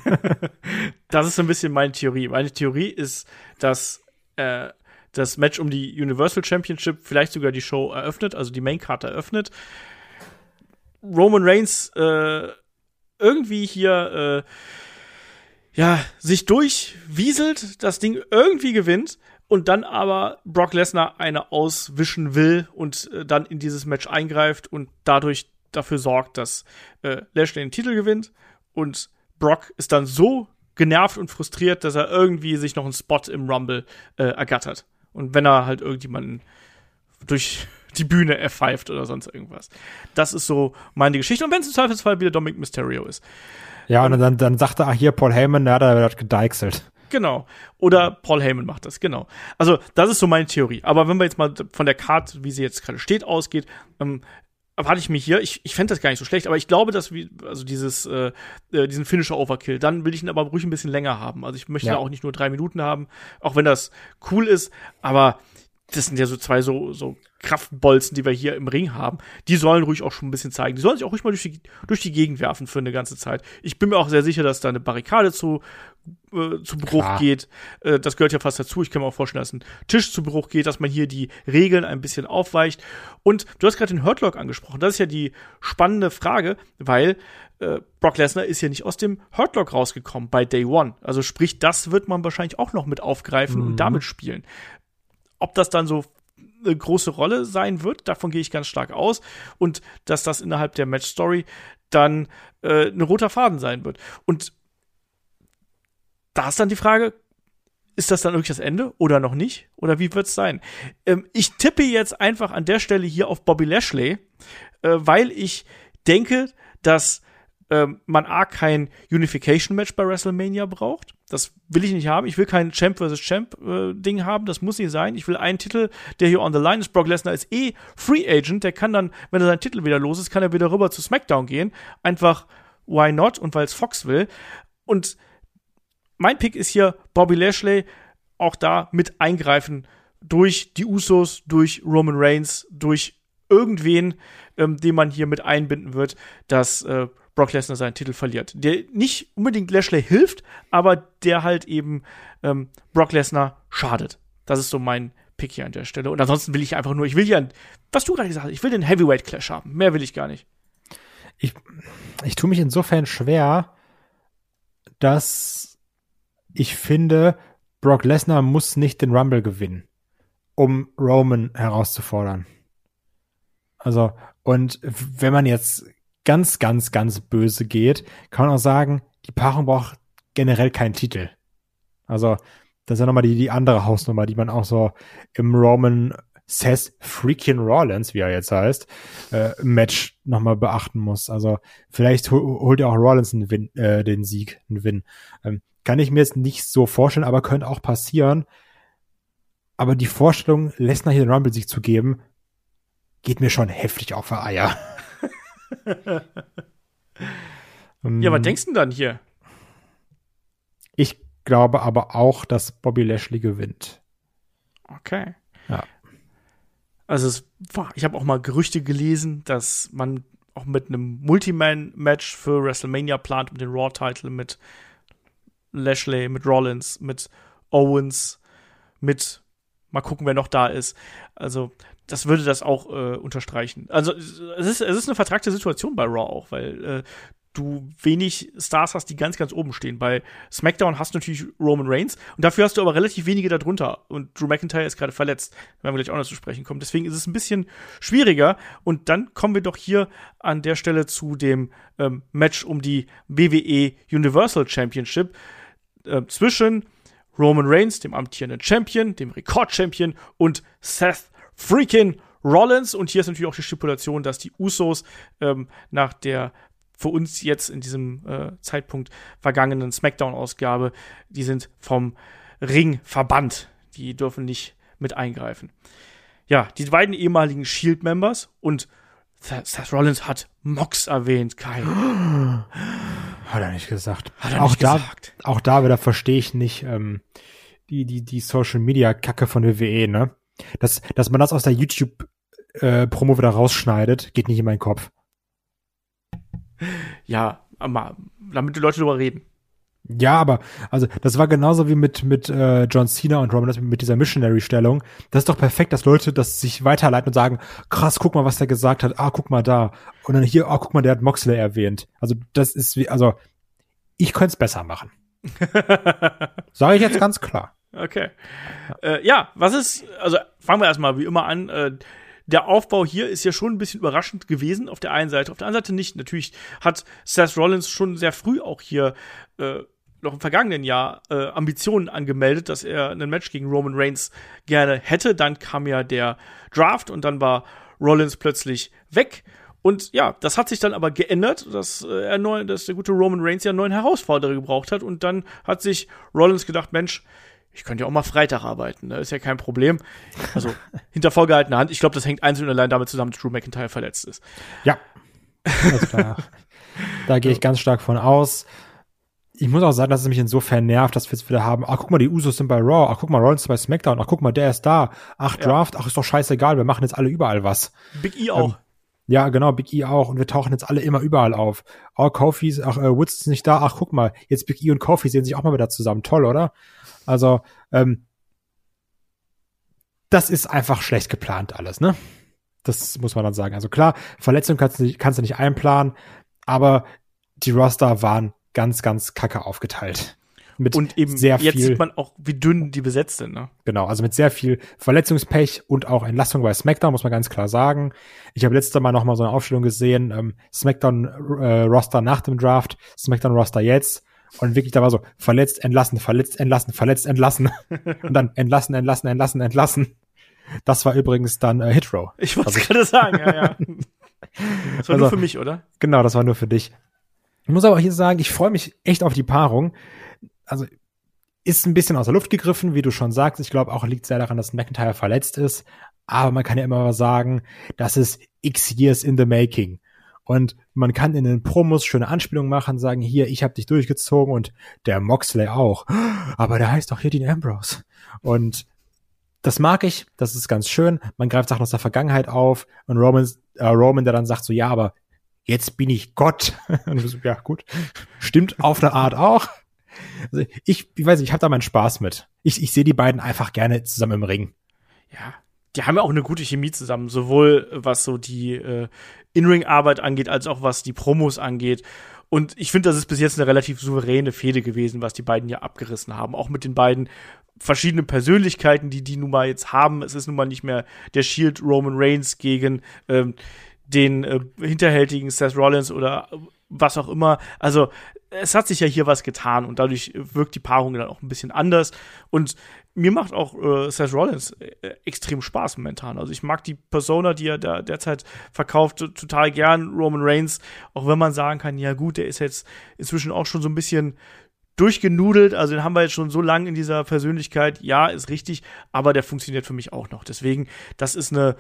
Das ist so ein bisschen meine Theorie. Meine Theorie ist, dass äh, das Match um die Universal Championship vielleicht sogar die Show eröffnet, also die Maincard eröffnet. Roman Reigns äh, irgendwie hier äh, ja sich durchwieselt, das Ding irgendwie gewinnt und dann aber Brock Lesnar eine auswischen will und äh, dann in dieses Match eingreift und dadurch dafür sorgt, dass äh, Lashley den Titel gewinnt und Brock ist dann so genervt und frustriert, dass er irgendwie sich noch einen Spot im Rumble äh, ergattert. Und wenn er halt irgendjemanden durch die Bühne erpfeift oder sonst irgendwas. Das ist so meine Geschichte. Und wenn es im Zweifelsfall wieder Dominic Mysterio ist. Ja, und dann, dann sagt er, ach hier, Paul Heyman, der hat er gedeichselt. Genau. Oder Paul Heyman macht das, genau. Also, das ist so meine Theorie. Aber wenn wir jetzt mal von der Card, wie sie jetzt gerade steht, ausgeht, ähm, erwarte ich mich hier, ich, ich fände das gar nicht so schlecht, aber ich glaube, dass wir, also dieses, äh, diesen Finisher Overkill, dann will ich ihn aber ruhig ein bisschen länger haben. Also ich möchte ja auch nicht nur drei Minuten haben, auch wenn das cool ist, aber das sind ja so zwei so, so Kraftbolzen, die wir hier im Ring haben. Die sollen ruhig auch schon ein bisschen zeigen. Die sollen sich auch ruhig mal durch die, durch die Gegend werfen für eine ganze Zeit. Ich bin mir auch sehr sicher, dass da eine Barrikade zu, äh, zu Bruch Klar. geht. Äh, das gehört ja fast dazu. Ich kann mir auch vorstellen, dass ein Tisch zu Bruch geht, dass man hier die Regeln ein bisschen aufweicht. Und du hast gerade den Hurt Lock angesprochen. Das ist ja die spannende Frage, weil äh, Brock Lesnar ist ja nicht aus dem Hurt Lock rausgekommen bei Day One. Also sprich, das wird man wahrscheinlich auch noch mit aufgreifen mhm. und damit spielen. Ob das dann so eine große Rolle sein wird, davon gehe ich ganz stark aus. Und dass das innerhalb der Match-Story dann äh, ein roter Faden sein wird. Und da ist dann die Frage, ist das dann wirklich das Ende oder noch nicht? Oder wie wird es sein? Ähm, ich tippe jetzt einfach an der Stelle hier auf Bobby Lashley, äh, weil ich denke, dass ähm, man A, kein Unification-Match bei WrestleMania braucht. Das will ich nicht haben. Ich will kein Champ versus Champ-Ding äh, haben. Das muss nicht sein. Ich will einen Titel, der hier on the line ist. Brock Lesnar ist eh Free Agent. Der kann dann, wenn er seinen Titel wieder los ist, kann er wieder rüber zu SmackDown gehen. Einfach, why not? Und weil es Fox will. Und mein Pick ist hier Bobby Lashley. Auch da mit eingreifen durch die Usos, durch Roman Reigns, durch irgendwen, ähm, den man hier mit einbinden wird, dass äh, Brock Lesnar seinen Titel verliert. Der nicht unbedingt Lashley hilft, aber der halt eben ähm, Brock Lesnar schadet. Das ist so mein Pick hier an der Stelle. Und ansonsten will ich einfach nur, ich will hier, ein, was du gerade gesagt hast, ich will den Heavyweight Clash haben. Mehr will ich gar nicht. Ich, ich tue mich insofern schwer, dass ich finde, Brock Lesnar muss nicht den Rumble gewinnen, um Roman herauszufordern. Also, und wenn man jetzt ganz, ganz, ganz böse geht, kann man auch sagen, die Paarung braucht generell keinen Titel. Also, das ist ja nochmal die, die andere Hausnummer, die man auch so im Roman Seth freaking Rollins, wie er jetzt heißt, äh, Match nochmal beachten muss. Also, vielleicht hol, holt ja auch Rollins einen Win, äh, den Sieg, einen Win. Ähm, kann ich mir jetzt nicht so vorstellen, aber könnte auch passieren. Aber die Vorstellung, Lesnar hier den Rumble-Sieg zu geben, geht mir schon heftig auf die Eier. Ja, was denkst du denn dann hier? Ich glaube aber auch, dass Bobby Lashley gewinnt. Okay. Ja. Also es war, ich habe auch mal Gerüchte gelesen, dass man auch mit einem Multiman-Match für WrestleMania plant, mit dem Raw-Title, mit Lashley, mit Rollins, mit Owens, mit mal gucken, wer noch da ist. Also das würde das auch äh, unterstreichen. Also es ist, es ist eine vertragte Situation bei Raw auch, weil äh, du wenig Stars hast, die ganz, ganz oben stehen. Bei SmackDown hast du natürlich Roman Reigns und dafür hast du aber relativ wenige darunter. Und Drew McIntyre ist gerade verletzt, wenn wir gleich auch noch zu sprechen kommen. Deswegen ist es ein bisschen schwieriger. Und dann kommen wir doch hier an der Stelle zu dem ähm, Match um die W W E Universal Championship äh, zwischen Roman Reigns, dem amtierenden Champion, dem Rekord-Champion und Seth freaking Rollins. Und hier ist natürlich auch die Stipulation, dass die Usos ähm, nach der für uns jetzt in diesem äh, Zeitpunkt vergangenen SmackDown-Ausgabe, die sind vom Ring verbannt. Die dürfen nicht mit eingreifen. Ja, die beiden ehemaligen Shield-Members und Seth Rollins hat Mox erwähnt, Kai. Hat er nicht gesagt. Hat er auch nicht da, gesagt. Auch da wieder verstehe ich nicht ähm, die, die, die Social-Media-Kacke von W W E, ne? Dass, dass man das aus der YouTube-Promo äh, wieder rausschneidet, geht nicht in meinen Kopf. Ja, aber damit die Leute drüber reden. Ja, aber, also, das war genauso wie mit, mit äh, John Cena und Roman Reigns mit dieser Missionary-Stellung. Das ist doch perfekt, dass Leute das sich weiterleiten und sagen, krass, guck mal, was der gesagt hat. Ah, guck mal da. Und dann hier, ah, guck mal, der hat Moxley erwähnt. Also, das ist wie, also, ich könnte es besser machen. Sage ich jetzt ganz klar. Okay. Ja. Äh, ja, was ist, also, fangen wir erstmal wie immer an, äh, der Aufbau hier ist ja schon ein bisschen überraschend gewesen auf der einen Seite, auf der anderen Seite nicht. Natürlich hat Seth Rollins schon sehr früh auch hier äh, noch im vergangenen Jahr äh, Ambitionen angemeldet, dass er ein Match gegen Roman Reigns gerne hätte. Dann kam ja der Draft und dann war Rollins plötzlich weg. Und ja, das hat sich dann aber geändert, dass, äh, er neu, dass der gute Roman Reigns ja einen neuen Herausforderer gebraucht hat. Und dann hat sich Rollins gedacht, Mensch, ich könnte ja auch mal Freitag arbeiten, ne? Ist ja kein Problem. Also hinter vorgehaltener Hand. Ich glaube, das hängt einzeln und allein damit zusammen, dass Drew McIntyre verletzt ist. Ja, alles klar. Da gehe ich ganz stark von aus. Ich muss auch sagen, dass es mich insofern nervt, dass wir jetzt wieder haben, ach, guck mal, die Usos sind bei Raw, ach, guck mal, Rollins ist bei SmackDown, ach, guck mal, der ist da, ach, Draft, ja. Ach, ist doch scheißegal, wir machen jetzt alle überall was. Big E auch. Ähm, ja, genau, Big E auch. Und wir tauchen jetzt alle immer überall auf. Oh, Kofi, ach, äh, Woods ist nicht da, ach, guck mal, jetzt Big E und Kofi sehen sich auch mal wieder zusammen. Toll, oder? Also, ähm, das ist einfach schlecht geplant alles, ne? Das muss man dann sagen. Also klar, Verletzungen kannst du nicht, kannst du nicht einplanen, aber die Roster waren ganz, ganz kacke aufgeteilt. Mit und eben sehr jetzt viel, sieht man auch, wie dünn die besetzt sind, ne? Genau, also mit sehr viel Verletzungspech und auch Entlassung bei SmackDown, muss man ganz klar sagen. Ich habe letztes Mal noch mal so eine Aufstellung gesehen, ähm, SmackDown-Roster äh, nach dem Draft, SmackDown-Roster jetzt. Und wirklich, da war so, verletzt, entlassen, verletzt, entlassen, verletzt, entlassen. Und dann entlassen, entlassen, entlassen, entlassen. Das war übrigens dann äh, Hit-Row. Ich wollte es gerade sagen, ja, ja. Das war also, nur für mich, oder? Genau, das war nur für dich. Ich muss aber hier sagen, ich freue mich echt auf die Paarung. Also ist ein bisschen aus der Luft gegriffen, wie du schon sagst. Ich glaube auch, liegt sehr daran, dass McIntyre verletzt ist. Aber man kann ja immer sagen, das ist X years in the making. Und man kann in den Promos schöne Anspielungen machen, sagen, hier, ich habe dich durchgezogen und der Moxley auch. Aber der heißt doch hier Dean Ambrose. Und das mag ich, das ist ganz schön. Man greift Sachen aus der Vergangenheit auf und Roman, äh, Roman, der dann sagt so, ja, aber jetzt bin ich Gott. Und so, ja, gut. Stimmt auf eine Art auch. Also ich, ich weiß nicht, ich habe da meinen Spaß mit. Ich, ich sehe die beiden einfach gerne zusammen im Ring. Ja, die haben ja auch eine gute Chemie zusammen, sowohl was so die äh, In-Ring-Arbeit angeht, als auch was die Promos angeht. Und ich finde, das ist bis jetzt eine relativ souveräne Fehde gewesen, was die beiden ja abgerissen haben. Auch mit den beiden verschiedenen Persönlichkeiten, die die nun mal jetzt haben. Es ist nun mal nicht mehr der Shield Roman Reigns gegen ähm, den äh, hinterhältigen Seth Rollins oder was auch immer. Also es hat sich ja hier was getan und dadurch wirkt die Paarung dann auch ein bisschen anders. Und mir macht auch äh, Seth Rollins äh, extrem Spaß momentan. Also ich mag die Persona, die er da derzeit verkauft, total gern. Roman Reigns, auch wenn man sagen kann, ja gut, der ist jetzt inzwischen auch schon so ein bisschen durchgenudelt. Also den haben wir jetzt schon so lange in dieser Persönlichkeit. Ja, ist richtig, aber der funktioniert für mich auch noch. Deswegen, das ist eine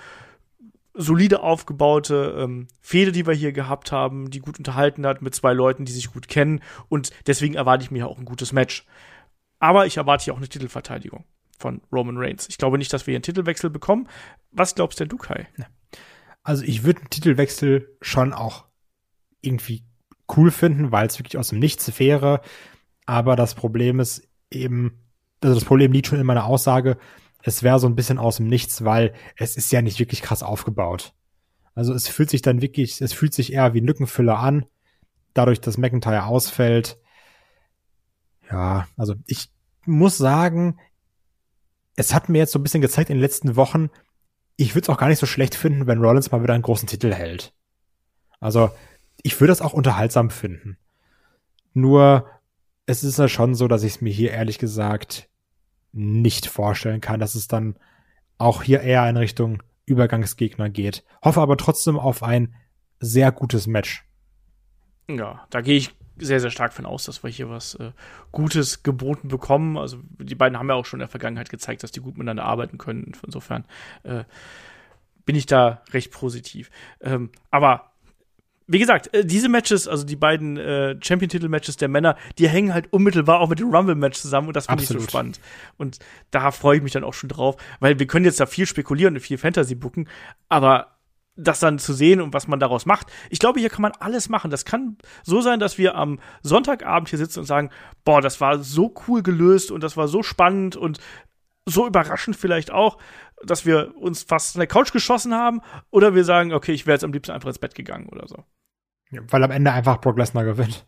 solide aufgebaute ähm, Fehde, die wir hier gehabt haben, die gut unterhalten hat mit zwei Leuten, die sich gut kennen. Und deswegen erwarte ich mir auch ein gutes Match. Aber ich erwarte hier auch eine Titelverteidigung von Roman Reigns. Ich glaube nicht, dass wir hier einen Titelwechsel bekommen. Was glaubst denn du, Kai? Also ich würde einen Titelwechsel schon auch irgendwie cool finden, weil es wirklich aus dem Nichts wäre. Aber das Problem ist eben, also das Problem liegt schon in meiner Aussage, es wäre so ein bisschen aus dem Nichts, weil es ist ja nicht wirklich krass aufgebaut. Also es fühlt sich dann wirklich, es fühlt sich eher wie ein Lückenfüller an, dadurch, dass McIntyre ausfällt. Ja, also ich muss sagen, es hat mir jetzt so ein bisschen gezeigt in den letzten Wochen, ich würde es auch gar nicht so schlecht finden, wenn Rollins mal wieder einen großen Titel hält. Also ich würde das auch unterhaltsam finden. Nur es ist ja schon so, dass ich es mir hier ehrlich gesagt nicht vorstellen kann, dass es dann auch hier eher in Richtung Übergangsgegner geht. Hoffe aber trotzdem auf ein sehr gutes Match. Ja, da gehe ich sehr, sehr stark von aus, dass wir hier was äh, Gutes geboten bekommen. Also die beiden haben ja auch schon in der Vergangenheit gezeigt, dass die gut miteinander arbeiten können. Insofern äh, bin ich da recht positiv. Ähm, aber wie gesagt, äh, diese Matches, also die beiden äh, Champion-Titel-Matches der Männer, die hängen halt unmittelbar auch mit dem Rumble-Match zusammen und das finde ich so spannend. Und da freue ich mich dann auch schon drauf, weil wir können jetzt da viel spekulieren und viel Fantasy booken, aber das dann zu sehen und was man daraus macht, ich glaube, hier kann man alles machen. Das kann so sein, dass wir am Sonntagabend hier sitzen und sagen, boah, das war so cool gelöst und das war so spannend und so überraschend vielleicht auch, dass wir uns fast an der Couch geschossen haben, oder wir sagen, okay, ich wäre jetzt am liebsten einfach ins Bett gegangen oder so. Ja, weil am Ende einfach Brock Lesnar gewinnt.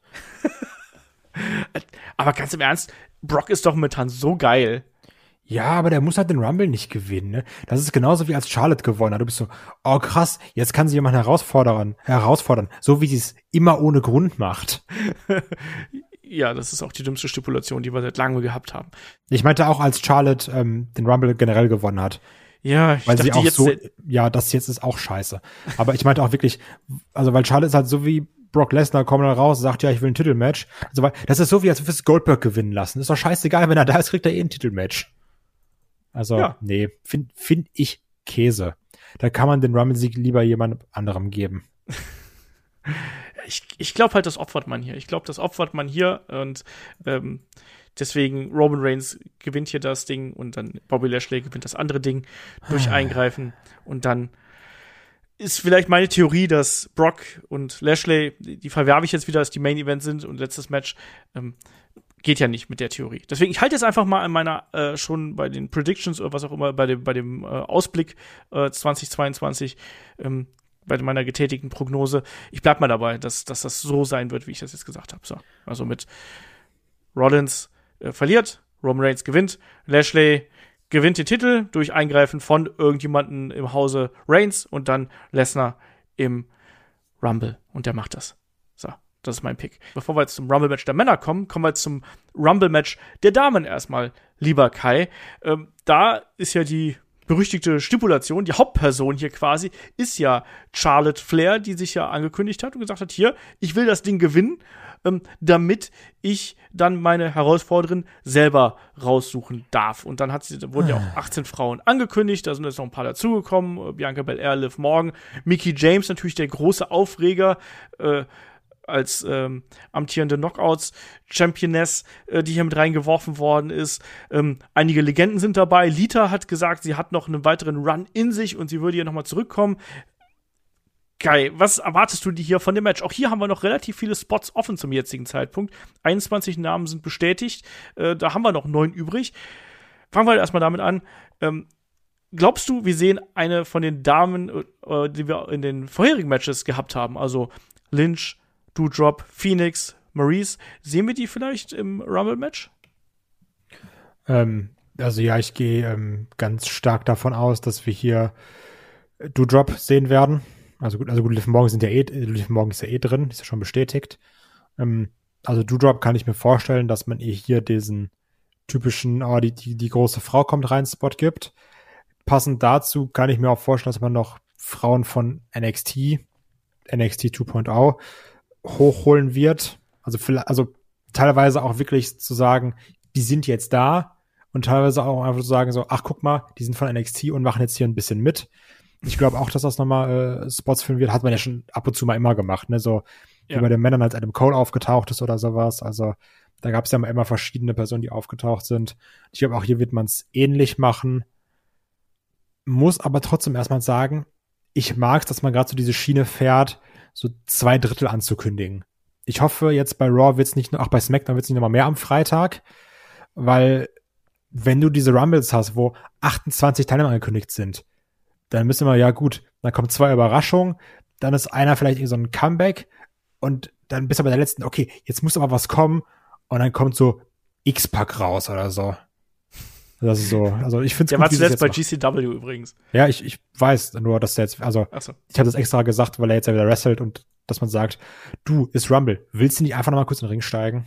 Aber ganz im Ernst, Brock ist doch momentan so geil. Ja, aber der muss halt den Rumble nicht gewinnen, ne? Das ist genauso wie als Charlotte gewonnen hat. Du bist so, oh krass, jetzt kann sie jemanden herausfordern, herausfordern, so wie sie es immer ohne Grund macht. Ja, das ist auch die dümmste Stipulation, die wir seit langem gehabt haben. Ich meinte auch, als Charlotte ähm, den Rumble generell gewonnen hat. Ja, ich weil dachte sie auch jetzt so, ja, das jetzt ist auch scheiße. Aber ich meinte auch wirklich, also weil Charlotte ist halt so wie Brock Lesnar, kommt dann raus, sagt, ja, ich will ein Titelmatch. Also weil das ist so wie, als würdest du Goldberg gewinnen lassen. Ist doch scheißegal, wenn er da ist, kriegt er eh ein Titelmatch. Also, ja. nee, finde find ich Käse. Da kann man den Rumble-Sieg lieber jemand anderem geben. Ich, ich glaube halt, das opfert man hier. Ich glaube, das opfert man hier und ähm, deswegen Roman Reigns gewinnt hier das Ding und dann Bobby Lashley gewinnt das andere Ding durch Eingreifen und dann ist vielleicht meine Theorie, dass Brock und Lashley, die verwerfe ich jetzt wieder, dass die Main Event sind und letztes Match, ähm, geht ja nicht mit der Theorie. Deswegen, ich halte jetzt einfach mal an meiner, äh, schon bei den Predictions oder was auch immer, bei dem, bei dem äh, Ausblick äh, zwanzig zweiundzwanzig, ähm, bei meiner getätigten Prognose, ich bleib mal dabei, dass, dass das so sein wird, wie ich das jetzt gesagt habe. So, also mit Rollins äh, verliert, Roman Reigns gewinnt, Lashley gewinnt den Titel durch Eingreifen von irgendjemanden im Hause Reigns und dann Lesnar im Rumble und der macht das. So, das ist mein Pick. Bevor wir jetzt zum Rumble-Match der Männer kommen, kommen wir jetzt zum Rumble-Match der Damen erstmal, lieber Kai. Ähm, da ist ja die berüchtigte Stipulation, die Hauptperson hier quasi, ist ja Charlotte Flair, die sich ja angekündigt hat und gesagt hat, hier, ich will das Ding gewinnen, ähm, damit ich dann meine Herausforderin selber raussuchen darf. Und dann hat sie, da wurden ja auch achtzehn Frauen angekündigt, da sind jetzt noch ein paar dazugekommen, Bianca Belair, Liv Morgan, Mickie James natürlich der große Aufreger, äh, als ähm, amtierende Knockouts-Championess, äh, die hier mit reingeworfen worden ist. Ähm, einige Legenden sind dabei. Lita hat gesagt, sie hat noch einen weiteren Run in sich und sie würde hier nochmal zurückkommen. Geil. Was erwartest du dir hier von dem Match? Auch hier haben wir noch relativ viele Spots offen zum jetzigen Zeitpunkt. einundzwanzig Namen sind bestätigt. Äh, da haben wir noch neun übrig. Fangen wir halt erstmal damit an. Ähm, glaubst du, wir sehen eine von den Damen, äh, die wir in den vorherigen Matches gehabt haben, also Lynch, Doudrop, Phoenix, Maurice, sehen wir die vielleicht im Rumble-Match? Ähm, also ja, ich gehe ähm, ganz stark davon aus, dass wir hier Doudrop sehen werden. Also gut, also gut, Liv Morgan sind ja eh, Liv Morgan ist ja eh drin, ist ja schon bestätigt. Ähm, also Doudrop kann ich mir vorstellen, dass man ihr hier diesen typischen, oh, die, die, die große Frau kommt rein, Spot gibt. Passend dazu kann ich mir auch vorstellen, dass man noch Frauen von N X T, N X T zwei Punkt null hochholen wird. Also, also teilweise auch wirklich zu sagen, die sind jetzt da und teilweise auch einfach zu sagen so, ach guck mal, die sind von N X T und machen jetzt hier ein bisschen mit. Ich glaube auch, dass das nochmal äh, Spots filmen wird. Hat man ja schon ab und zu mal immer gemacht, ne? So ja. Wie bei den Männern, als Adam Cole aufgetaucht ist oder sowas. Also da gab es ja immer verschiedene Personen, die aufgetaucht sind. Ich glaube, auch hier wird man es ähnlich machen. Muss aber trotzdem erstmal sagen, ich mag es, dass man gerade so diese Schiene fährt, so zwei Drittel anzukündigen. Ich hoffe, jetzt bei Raw wird's nicht nur, auch bei SmackDown wird's nicht noch mal mehr am Freitag, weil wenn du diese Rumbles hast, wo achtundzwanzig Teilnehmer angekündigt sind, dann müssen wir, ja gut, dann kommen zwei Überraschungen, dann ist einer vielleicht irgendwie so ein Comeback und dann bist du bei der letzten, okay, jetzt muss aber was kommen und dann kommt so X-Pac raus oder so. Das ist so, also ich finde es gut. Der war zuletzt bei macht. G C W übrigens. Ja, ich, ich weiß nur, dass der jetzt, also Ach so. Ich habe das extra gesagt, weil er jetzt ja wieder wrestelt und dass man sagt, du, ist Rumble, willst du nicht einfach noch mal kurz in den Ring steigen?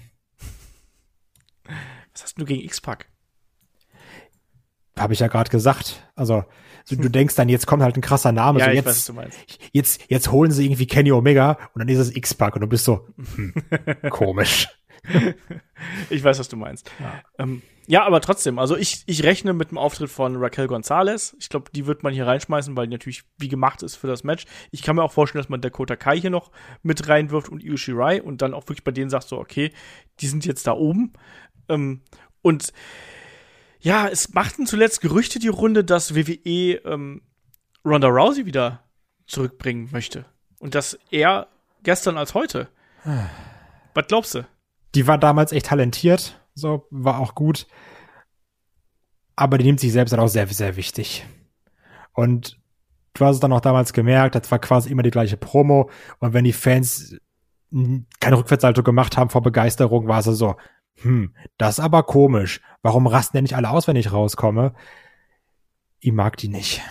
Was hast du gegen X-Pac? Habe ich ja gerade gesagt. Also du, du denkst dann, jetzt kommt halt ein krasser Name. Ja, so, ich jetzt, weiß, was du meinst. Jetzt, jetzt holen sie irgendwie Kenny Omega und dann ist es X-Pac und du bist so, hm, komisch. Ich weiß, was du meinst. Ja, ähm, ja aber trotzdem, also ich, ich rechne mit dem Auftritt von Raquel Gonzalez. Ich glaube, die wird man hier reinschmeißen, weil die natürlich wie gemacht ist für das Match. Ich kann mir auch vorstellen, dass man Dakota Kai hier noch mit reinwirft und Io Shirai und dann auch wirklich bei denen sagt so, okay, die sind jetzt da oben. Ähm, und ja, es machten zuletzt Gerüchte die Runde, dass W W E ähm, Ronda Rousey wieder zurückbringen möchte. Und das eher gestern als heute. Was glaubst du? Die war damals echt talentiert, so, war auch gut. Aber die nimmt sich selbst dann auch sehr, sehr wichtig. Und du hast es dann auch damals gemerkt, das war quasi immer die gleiche Promo. Und wenn die Fans keine Rückwärtssalto gemacht haben vor Begeisterung, war es so, hm, das ist aber komisch. Warum rasten denn nicht alle aus, wenn ich rauskomme? Ich mag die nicht.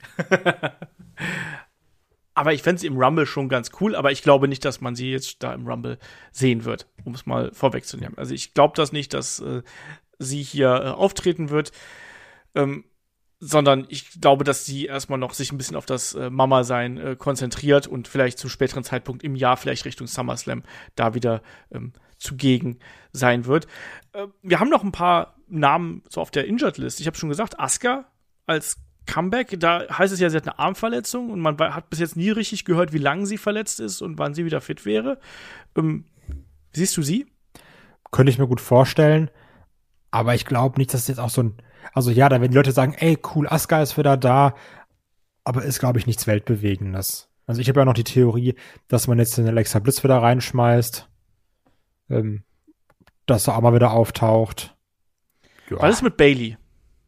Aber ich fände sie im Rumble schon ganz cool, aber ich glaube nicht, dass man sie jetzt da im Rumble sehen wird, um es mal vorwegzunehmen. Also ich glaube das nicht, dass äh, sie hier äh, auftreten wird, ähm, sondern ich glaube, dass sie erstmal noch sich ein bisschen auf das äh, Mama-Sein äh, konzentriert und vielleicht zum späteren Zeitpunkt im Jahr, vielleicht Richtung SummerSlam, da wieder ähm, zugegen sein wird. Äh, wir haben noch ein paar Namen so auf der Injured-List. Ich habe schon gesagt, Asuka als Comeback, da heißt es ja, sie hat eine Armverletzung und man hat bis jetzt nie richtig gehört, wie lange sie verletzt ist und wann sie wieder fit wäre. Ähm, siehst du sie? Könnte ich mir gut vorstellen, aber ich glaube nicht, dass es jetzt auch so ein, also ja, da werden die Leute sagen, ey, cool, Asuka ist wieder da, aber ist, glaube ich, nichts Weltbewegendes. Also ich habe ja noch die Theorie, dass man jetzt den Alexa Bliss wieder reinschmeißt, ähm, dass er auch mal wieder auftaucht. Ja. Was ist mit Bayley?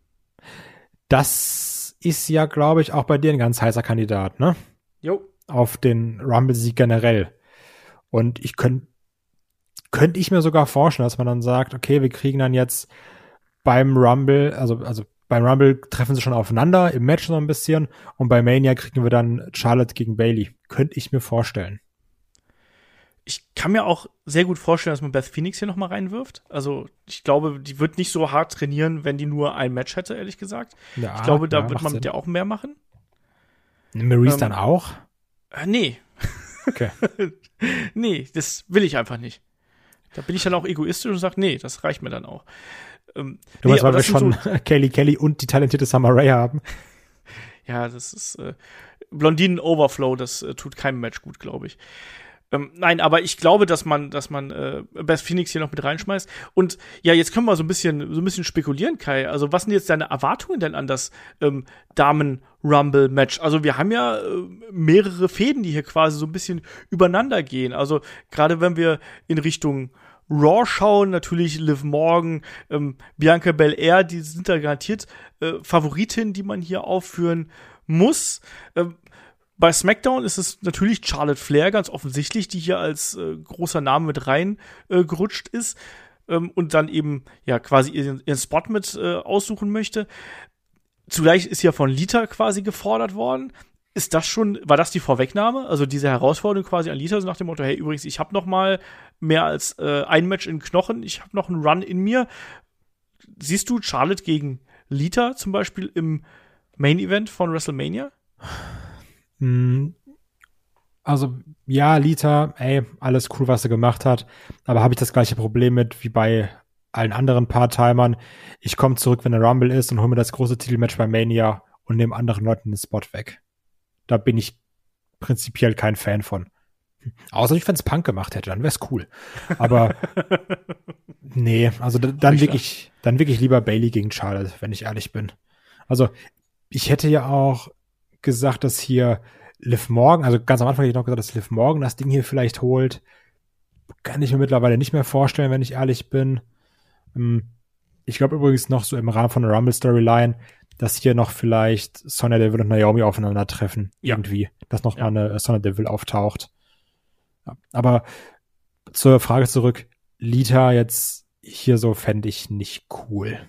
Das ist ja, glaube ich, auch bei dir ein ganz heißer Kandidat, ne? Jo. Auf den Rumble-Sieg generell. Und ich könnte könnte ich mir sogar vorstellen, dass man dann sagt, okay, wir kriegen dann jetzt beim Rumble, also, also beim Rumble treffen sie schon aufeinander, im Match noch ein bisschen, und bei Mania kriegen wir dann Charlotte gegen Bayley. Könnte ich mir vorstellen. Ich kann mir auch sehr gut vorstellen, dass man Beth Phoenix hier noch mal reinwirft. Also ich glaube, die wird nicht so hart trainieren, wenn die nur ein Match hätte, ehrlich gesagt. Ja, ich glaube, da ja, wird man Sinn. mit der auch mehr machen. Maurice ähm, dann auch? Äh, nee. Okay. Nee, das will ich einfach nicht. Da bin ich dann auch egoistisch und sage, nee, das reicht mir dann auch. Ähm, du nee, meinst, weil wir schon so Kelly Kelly und die talentierte Summer Rae haben? Ja, das ist äh, Blondinen-Overflow, das äh, tut keinem Match gut, glaube ich. Ähm, nein, aber ich glaube, dass man, dass man äh, Beth Phoenix hier noch mit reinschmeißt. Und ja, jetzt können wir so ein bisschen, so ein bisschen spekulieren, Kai. Also, was sind jetzt deine Erwartungen denn an das ähm, Damen-Rumble-Match? Also, wir haben ja äh, mehrere Fäden, die hier quasi so ein bisschen übereinander gehen. Also, gerade wenn wir in Richtung Raw schauen, natürlich Liv Morgan, ähm, Bianca Belair, die sind da garantiert äh, Favoritinnen, die man hier aufführen muss. Ähm, Bei SmackDown ist es natürlich Charlotte Flair, ganz offensichtlich, die hier als äh, großer Name mit rein äh, gerutscht ist ähm, und dann eben ja quasi ihren, ihren Spot mit äh, aussuchen möchte. Zugleich ist ja von Lita quasi gefordert worden. Ist das schon, war das die Vorwegnahme? Also diese Herausforderung quasi an Lita, so nach dem Motto, hey, übrigens, ich habe noch mal mehr als äh, ein Match in Knochen, ich habe noch einen Run in mir. Siehst du Charlotte gegen Lita zum Beispiel im Main Event von WrestleMania? Also, ja, Lita, ey, alles cool, was sie gemacht hat, aber habe ich das gleiche Problem mit wie bei allen anderen Part-Timern. Ich komme zurück, wenn der Rumble ist und hole mir das große Titelmatch bei Mania und nehme anderen Leuten den Spot weg. Da bin ich prinzipiell kein Fan von. Außer ich, wenn es Punk gemacht hätte, dann wäre es cool. Aber nee, also da, dann wirklich, dann wirklich lieber Bayley gegen Charlotte, wenn ich ehrlich bin. Also ich hätte ja auch gesagt, dass hier Liv Morgan, also ganz am Anfang hätte ich noch gesagt, dass Liv Morgan das Ding hier vielleicht holt. Kann ich mir mittlerweile nicht mehr vorstellen, wenn ich ehrlich bin. Ich glaube übrigens noch so im Rahmen von der Rumble-Storyline, dass hier noch vielleicht Sonya Deville und Naomi aufeinandertreffen. Ja. Irgendwie. Dass noch ja. mal eine Sonya Deville auftaucht. Ja. Aber zur Frage zurück, Lita jetzt hier so fände ich nicht cool.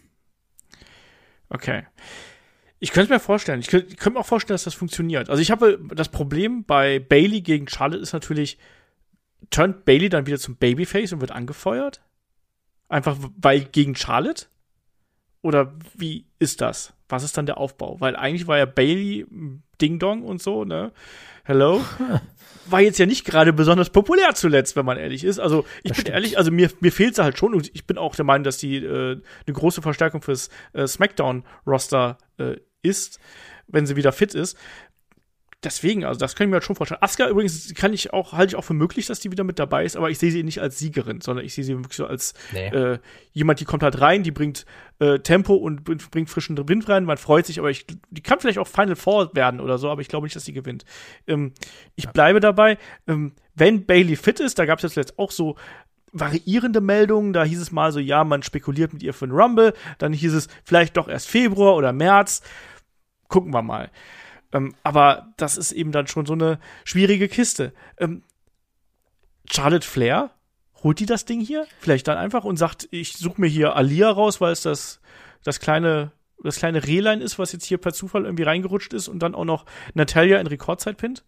Okay. Ich könnte es mir vorstellen. Ich könnte, ich könnte mir auch vorstellen, dass das funktioniert. Also ich habe das Problem bei Bayley gegen Charlotte ist natürlich, turnt Bayley dann wieder zum Babyface und wird angefeuert? Einfach weil gegen Charlotte? Oder wie ist das? Was ist dann der Aufbau? Weil eigentlich war ja Bayley Ding Dong und so, ne? Hello? War jetzt ja nicht gerade besonders populär zuletzt, wenn man ehrlich ist. Also ich das bin stimmt. ehrlich, also mir, mir fehlt sie halt schon und ich bin auch der Meinung, dass die äh, eine große Verstärkung fürs äh, SmackDown-Roster äh, ist, wenn sie wieder fit ist. Deswegen, also das kann ich mir halt schon vorstellen. Asuka übrigens kann ich auch, halte ich auch für möglich, dass die wieder mit dabei ist, aber ich sehe sie nicht als Siegerin, sondern ich sehe sie wirklich so als nee. äh, jemand, die kommt halt rein, die bringt äh, Tempo und bringt frischen Wind rein, man freut sich, aber ich, die kann vielleicht auch Final Four werden oder so, aber ich glaube nicht, dass sie gewinnt. Ähm, ich ja. bleibe dabei, ähm, wenn Bayley fit ist, da gab es jetzt letzt auch so variierende Meldungen, da hieß es mal so, ja, man spekuliert mit ihr für einen Rumble, dann hieß es vielleicht doch erst Februar oder März, gucken wir mal. Ähm, aber das ist eben dann schon so eine schwierige Kiste. Ähm, Charlotte Flair, holt die das Ding hier? Vielleicht dann einfach und sagt, ich suche mir hier Aliyah raus, weil es das, das kleine, das kleine Rehlein ist, was jetzt hier per Zufall irgendwie reingerutscht ist und dann auch noch Natalia in Rekordzeit pinnt?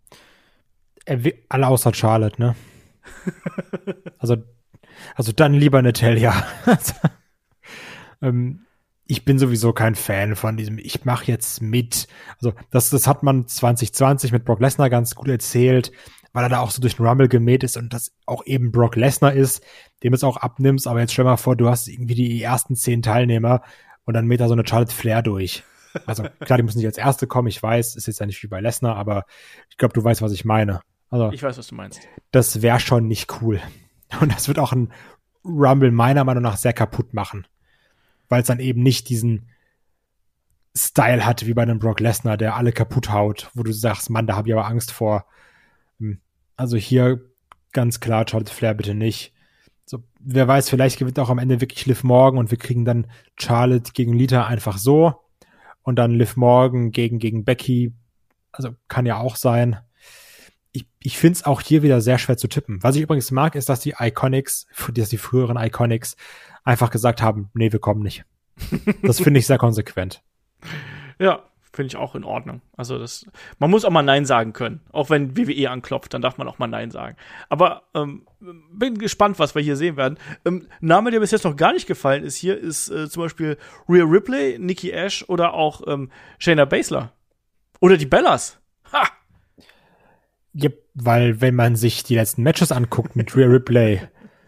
Äh, alle außer Charlotte, ne? also, also dann lieber Natalia. ähm, Ich bin sowieso kein Fan von diesem, ich mache jetzt mit. Also das, das hat man zwanzig zwanzig mit Brock Lesnar ganz gut erzählt, weil er da auch so durch den Rumble gemäht ist und das auch eben Brock Lesnar ist, dem es auch abnimmst. Aber jetzt stell mal vor, du hast irgendwie die ersten zehn Teilnehmer und dann mäht da so eine Charlotte Flair durch. Also klar, die müssen nicht als Erste kommen, ich weiß, ist jetzt ja nicht wie bei Lesnar, aber ich glaube, du weißt, was ich meine. Also ich weiß, was du meinst. Das wäre schon nicht cool. Und das wird auch ein Rumble meiner Meinung nach sehr kaputt machen. Weil es dann eben nicht diesen Style hat wie bei einem Brock Lesnar, der alle kaputt haut, wo du sagst, Mann, da habe ich aber Angst vor. Also hier ganz klar, Charlotte Flair bitte nicht. So, wer weiß, vielleicht gewinnt auch am Ende wirklich Liv Morgan und wir kriegen dann Charlotte gegen Lita einfach so und dann Liv Morgan gegen, gegen Becky. Also kann ja auch sein. Ich, ich finde es auch hier wieder sehr schwer zu tippen. Was ich übrigens mag, ist, dass die Iconics, dass die früheren Iconics einfach gesagt haben, nee, wir kommen nicht. Das finde ich sehr konsequent. Ja, finde ich auch in Ordnung. Also das, man muss auch mal Nein sagen können. Auch wenn W W E anklopft, dann darf man auch mal Nein sagen. Aber ähm, bin gespannt, was wir hier sehen werden. Ähm, Name, der bis jetzt noch gar nicht gefallen ist hier, ist äh, zum Beispiel Rhea Ripley, Nikki Ash oder auch ähm, Shayna Baszler. Oder die Bellas. Ha! Ja, weil wenn man sich die letzten Matches anguckt mit Rhea Ripley,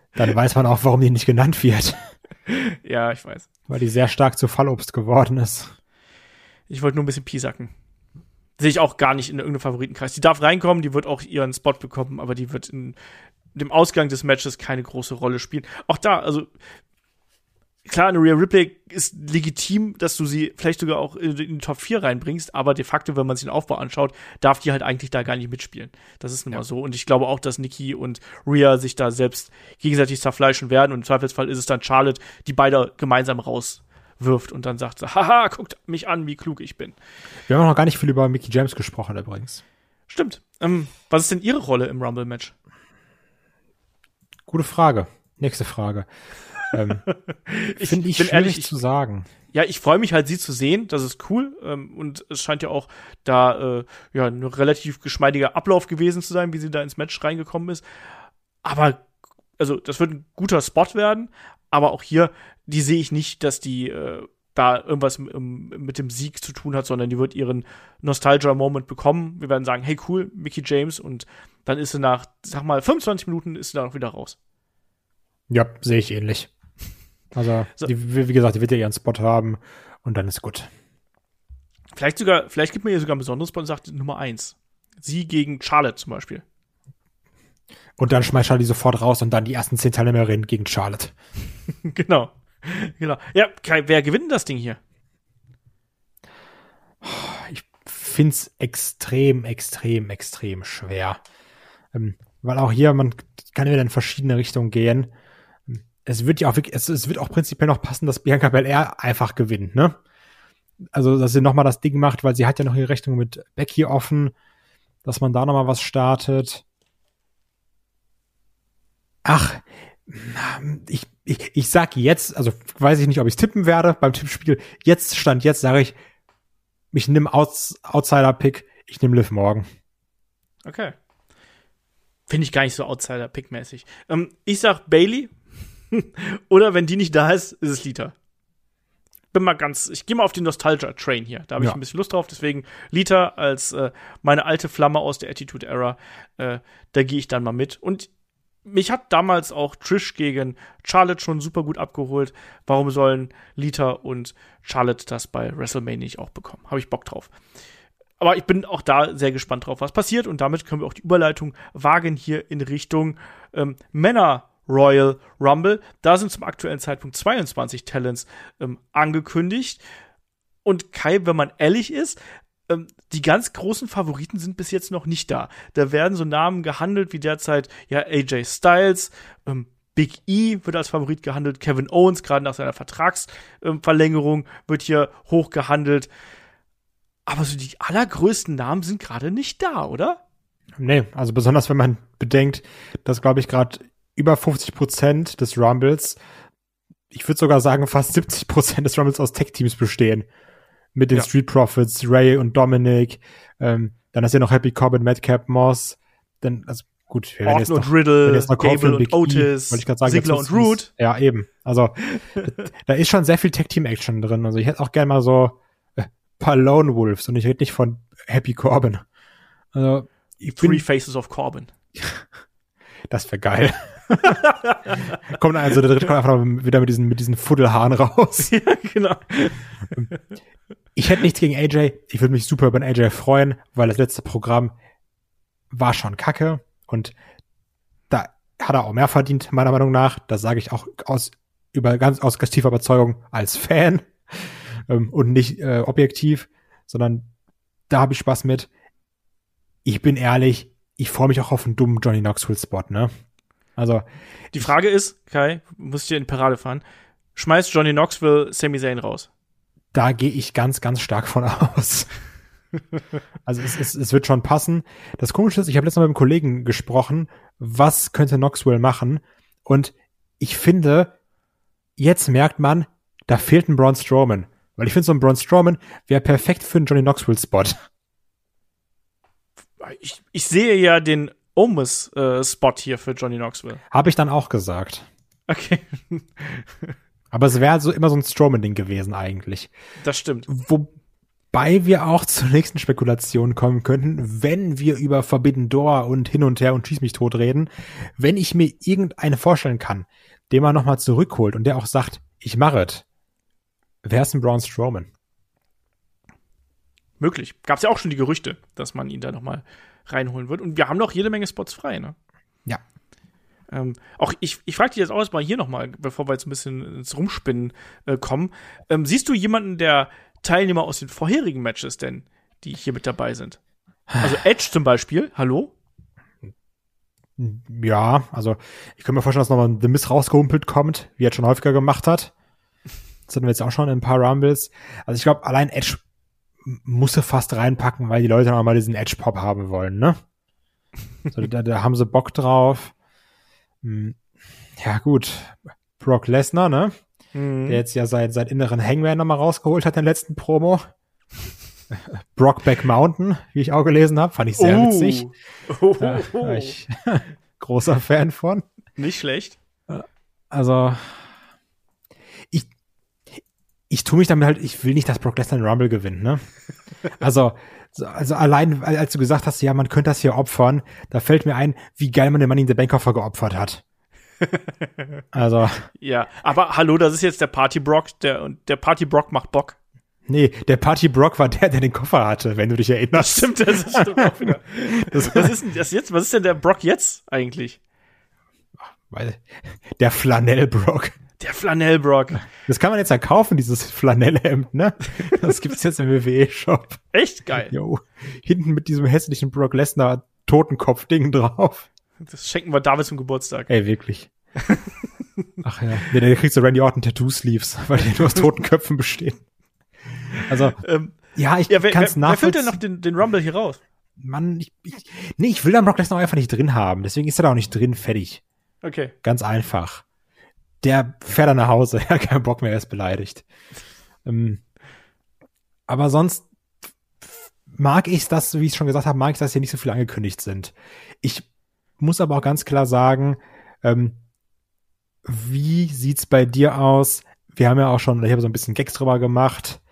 Dann weiß man auch, warum die nicht genannt wird. Ja, ich weiß. Weil die sehr stark zu Fallobst geworden ist. Ich wollte nur ein bisschen piesacken. Sehe ich auch gar nicht in irgendeinem Favoritenkreis. Die darf reinkommen, die wird auch ihren Spot bekommen, aber die wird in dem Ausgang des Matches keine große Rolle spielen. Auch da, also klar, eine Rhea Ripley ist legitim, dass du sie vielleicht sogar auch in die Top vier reinbringst, aber de facto, wenn man sich den Aufbau anschaut, darf die halt eigentlich da gar nicht mitspielen. Das ist nun mal ja. so. Und ich glaube auch, dass Nikki und Rhea sich da selbst gegenseitig zerfleischen werden. Und im Zweifelsfall ist es dann Charlotte, die beide gemeinsam rauswirft und dann sagt so, haha, guckt mich an, wie klug ich bin. Wir haben noch gar nicht viel über Mickie James gesprochen übrigens. Stimmt. Ähm, was ist denn ihre Rolle im Rumble-Match? Gute Frage. Nächste Frage. ähm, Finde ich schwierig ehrlich, ich, zu sagen. Ja, ich freue mich halt, sie zu sehen. Das ist cool. Ähm, und es scheint ja auch da äh, ja ein relativ geschmeidiger Ablauf gewesen zu sein, wie sie da ins Match reingekommen ist. Aber, also, das wird ein guter Spot werden. Aber auch hier, die sehe ich nicht, dass die äh, da irgendwas m- mit dem Sieg zu tun hat, sondern die wird ihren Nostalgia-Moment bekommen. Wir werden sagen, hey, cool, Mickie James. Und dann ist sie nach, sag mal, fünfundzwanzig Minuten ist sie da noch wieder raus. Ja, sehe ich ähnlich. Also, so. die, wie gesagt, die wird ja ihren Spot haben und dann ist gut. Vielleicht sogar, vielleicht gibt man ihr sogar einen besonderen Spot und sagt Nummer eins. Sie gegen Charlotte zum Beispiel. Und dann schmeißt Charlotte die sofort raus und dann die ersten zehn Teilnehmerinnen gegen Charlotte. Genau. Genau. Ja, Kai, wer gewinnt das Ding hier? Ich finde es extrem, extrem, extrem schwer. Ähm, weil auch hier, man kann wieder in verschiedene Richtungen gehen. Es wird ja auch wirklich, es, es wird auch prinzipiell noch passen, dass Bianca Belair einfach gewinnt, ne? Also, dass sie nochmal das Ding macht, weil sie hat ja noch ihre Rechnung mit Becky offen, dass man da nochmal was startet. Ach, ich, ich, ich sag jetzt, also weiß ich nicht, ob ich tippen werde beim Tippspiel. Jetzt, Stand jetzt, sage ich, ich nehme Outs, Outsider-Pick, ich nehme Liv Morgan. Okay. Finde ich gar nicht so Outsider-Pick-mäßig. Ähm, ich sag Bayley. Oder wenn die nicht da ist, ist es Lita. Bin mal ganz, ich gehe mal auf den Nostalgia-Train hier. Da habe ich ja. ein bisschen Lust drauf. Deswegen Lita als äh, meine alte Flamme aus der Attitude-Era. Äh, da gehe ich dann mal mit. Und mich hat damals auch Trish gegen Charlotte schon super gut abgeholt. Warum sollen Lita und Charlotte das bei WrestleMania nicht auch bekommen? Habe ich Bock drauf. Aber ich bin auch da sehr gespannt drauf, was passiert. Und damit können wir auch die Überleitung wagen hier in Richtung ähm, Männer Royal Rumble. Da sind zum aktuellen Zeitpunkt zweiundzwanzig Talents ähm, angekündigt. Und Kai, wenn man ehrlich ist, ähm, die ganz großen Favoriten sind bis jetzt noch nicht da. Da werden so Namen gehandelt wie derzeit ja A J Styles, ähm, Big E wird als Favorit gehandelt, Kevin Owens, gerade nach seiner Vertragsverlängerung, ähm, wird hier hoch gehandelt. Aber so die allergrößten Namen sind gerade nicht da, oder? Nee, also besonders wenn man bedenkt, dass, glaube ich, gerade über fünfzig Prozent des Rumbles, ich würde sogar sagen fast siebzig Prozent des Rumbles aus Tech-Teams bestehen. Mit den ja. Street Profits, Ray und Dominic, ähm, dann ist ja noch Happy Corbin, Madcap Moss, dann, also gut, wir Orton und Riddle, Gable und Otis, wollte ich gerade sagen, Ziggler und Root. Ja, eben. Also, da ist schon sehr viel Tech-Team-Action drin. Also ich hätte auch gerne mal so äh, paar Lone Wolves und ich rede nicht von Happy Corbin. Also, ich Three bin, Faces of Corbin. Das wäre geil. Kommt also der dritte kommt einfach wieder mit diesen mit diesen Fuddelhaaren raus. Ja, genau. Ich hätte nichts gegen A J. Ich würde mich super über den A J freuen, weil das letzte Programm war schon kacke und da hat er auch mehr verdient, meiner Meinung nach. Das sage ich auch aus über ganz aus ganz tiefer Überzeugung als Fan ähm, und nicht äh, objektiv, sondern da habe ich Spaß mit. Ich bin ehrlich, ich freue mich auch auf einen dummen Johnny Knoxville-Spot, ne? Also die Frage ist, Kai, musst du in die Parade fahren, schmeißt Johnny Knoxville Sami Zayn raus? Da gehe ich ganz, ganz stark von aus. Also es, es, es wird schon passen. Das Komische ist, ich habe letztes Mal mit einem Kollegen gesprochen, was könnte Knoxville machen? Und ich finde, jetzt merkt man, da fehlt ein Braun Strowman. Weil ich finde, so ein Braun Strowman wäre perfekt für einen Johnny Knoxville-Spot. Ich, ich sehe ja den Omis-Spot äh, hier für Johnny Knoxville. Habe ich dann auch gesagt. Okay. Aber es wäre so immer so ein Strowman-Ding gewesen eigentlich. Das stimmt. Wo, Wobei wir auch zur nächsten Spekulation kommen könnten, wenn wir über Forbidden Door und hin und her und schieß mich tot reden. Wenn ich mir irgendeinen vorstellen kann, den man nochmal zurückholt und der auch sagt, ich mache es, wer ist ein Braun Strowman? Möglich. Gab es ja auch schon die Gerüchte, dass man ihn da nochmal reinholen wird. Und wir haben noch jede Menge Spots frei, ne? Ja. Ähm, auch ich, ich frage dich jetzt auch erstmal hier nochmal, bevor wir jetzt ein bisschen ins Rumspinnen äh, kommen. Ähm, siehst du jemanden der Teilnehmer aus den vorherigen Matches denn, die hier mit dabei sind? Also Edge zum Beispiel, hallo? Ja, also ich kann mir vorstellen, dass nochmal The Miz rausgehumpelt kommt, wie er schon häufiger gemacht hat. Das hatten wir jetzt auch schon in ein paar Rumbles. Also ich glaube, allein Edge muss er fast reinpacken, weil die Leute noch mal diesen Edge-Pop haben wollen, ne? So, da, da haben sie Bock drauf. Ja, gut. Brock Lesnar, ne? Mhm. Der jetzt ja sein, sein inneren Hangman nochmal rausgeholt hat in der letzten Promo. Brockback Mountain, wie ich auch gelesen habe, fand ich sehr oh. witzig. Oh. Da war ich großer Fan von. Nicht schlecht. Also, ich, ich tue mich damit halt, ich will nicht, dass Brock Lesnar den Rumble gewinnt, ne? Also, also allein, als du gesagt hast, ja, man könnte das hier opfern, da fällt mir ein, wie geil man den Money in the Bank Koffer geopfert hat. Also. Ja, aber hallo, das ist jetzt der Party Brock, der, und der Party Brock macht Bock. Nee, der Party Brock war der, der den Koffer hatte, wenn du dich erinnerst. Das stimmt, das stimmt auch wieder. Das, was ist denn das jetzt? Was ist denn der Brock jetzt eigentlich? Weil, der Flanell Brock. Der Flanell Brock. Das kann man jetzt ja kaufen, dieses Flanellhemd, ne? Das gibt's jetzt im W W E-Shop. Echt geil. Jo. Hinten mit diesem hässlichen Brock Lesnar Totenkopf-Ding drauf. Das schenken wir David zum Geburtstag. Ey, wirklich. Ach ja. Nee, der kriegt so Randy Orton Tattoo-Sleeves, weil die nur aus Totenköpfen bestehen. Also, ähm, ja, ich ja, wer, kann's wer, wer füllt denn noch den, den Rumble hier raus? Mann, ich, ich, nee, ich will dann Brock Lesnar einfach nicht drin haben. Deswegen ist er da auch nicht drin, fertig. Okay. Ganz einfach. Der fährt dann nach Hause, er hat keinen Bock mehr, er ist beleidigt. ähm, aber sonst mag ich das, wie ich schon gesagt habe, mag ich, dass hier nicht so viele angekündigt sind. Ich muss aber auch ganz klar sagen, ähm, wie sieht's bei dir aus? Wir haben ja auch schon, ich habe so ein bisschen Gags drüber gemacht.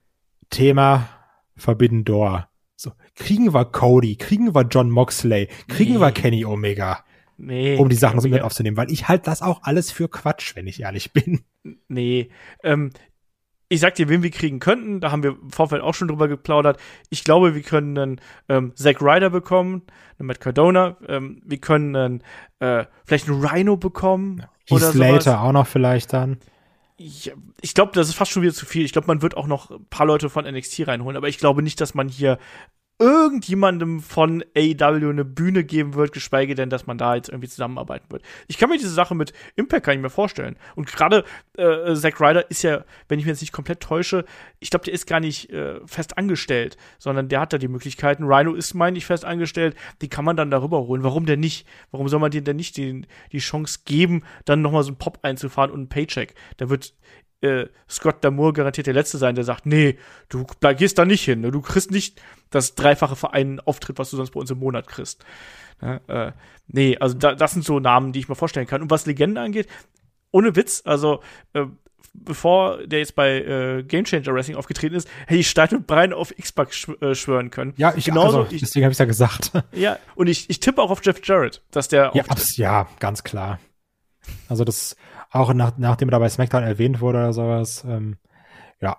Thema Forbidden Door. So, kriegen wir Cody, kriegen wir John Moxley, kriegen nee. wir Kenny Omega. Nee. Um die Sachen so mit aufzunehmen, weil ich halt das auch alles für Quatsch, wenn ich ehrlich bin. Nee, ähm, ich sag dir, wen wir kriegen könnten, da haben wir im Vorfeld auch schon drüber geplaudert. Ich glaube, wir können einen ähm, Zack Ryder bekommen, einen Matt Cardona, ähm, wir können einen, äh, vielleicht einen Rhino bekommen. Ja. Oder Slater auch noch vielleicht dann. Ich, ich glaube, das ist fast schon wieder zu viel. Ich glaube, man wird auch noch ein paar Leute von N X T reinholen, aber ich glaube nicht, dass man hier irgendjemandem von A E W eine Bühne geben wird, geschweige denn, dass man da jetzt irgendwie zusammenarbeiten wird. Ich kann mir diese Sache mit Impact kann ich mir vorstellen. Und gerade äh, Zack Ryder ist ja, wenn ich mich jetzt nicht komplett täusche, ich glaube, der ist gar nicht äh, fest angestellt, sondern der hat da die Möglichkeiten. Rhino ist, meine ich, fest angestellt. Die kann man dann darüber holen. Warum denn nicht? Warum soll man denen denn nicht die, die Chance geben, dann nochmal so einen Pop einzufahren und einen Paycheck? Da wird Äh, Scott D'Amour garantiert der Letzte sein, der sagt, nee, du gehst da nicht hin, ne? Du kriegst nicht das dreifache für einen Auftritt, was du sonst bei uns im Monat kriegst. Ja, äh, nee, also da, das sind so Namen, die ich mir vorstellen kann. Und was Legende angeht, ohne Witz, also äh, bevor der jetzt bei äh, Game Changer Wrestling aufgetreten ist, hätte ich Stein und Bein auf X-Pac schw- äh, schwören können. Ja, ich genauso. Also, ich, deswegen habe ich ja gesagt. Ja, und ich, ich tippe auch auf Jeff Jarrett, dass der ja, abs- ja, ganz klar. Also das auch nach, nachdem er da bei SmackDown erwähnt wurde oder sowas, ähm, ja.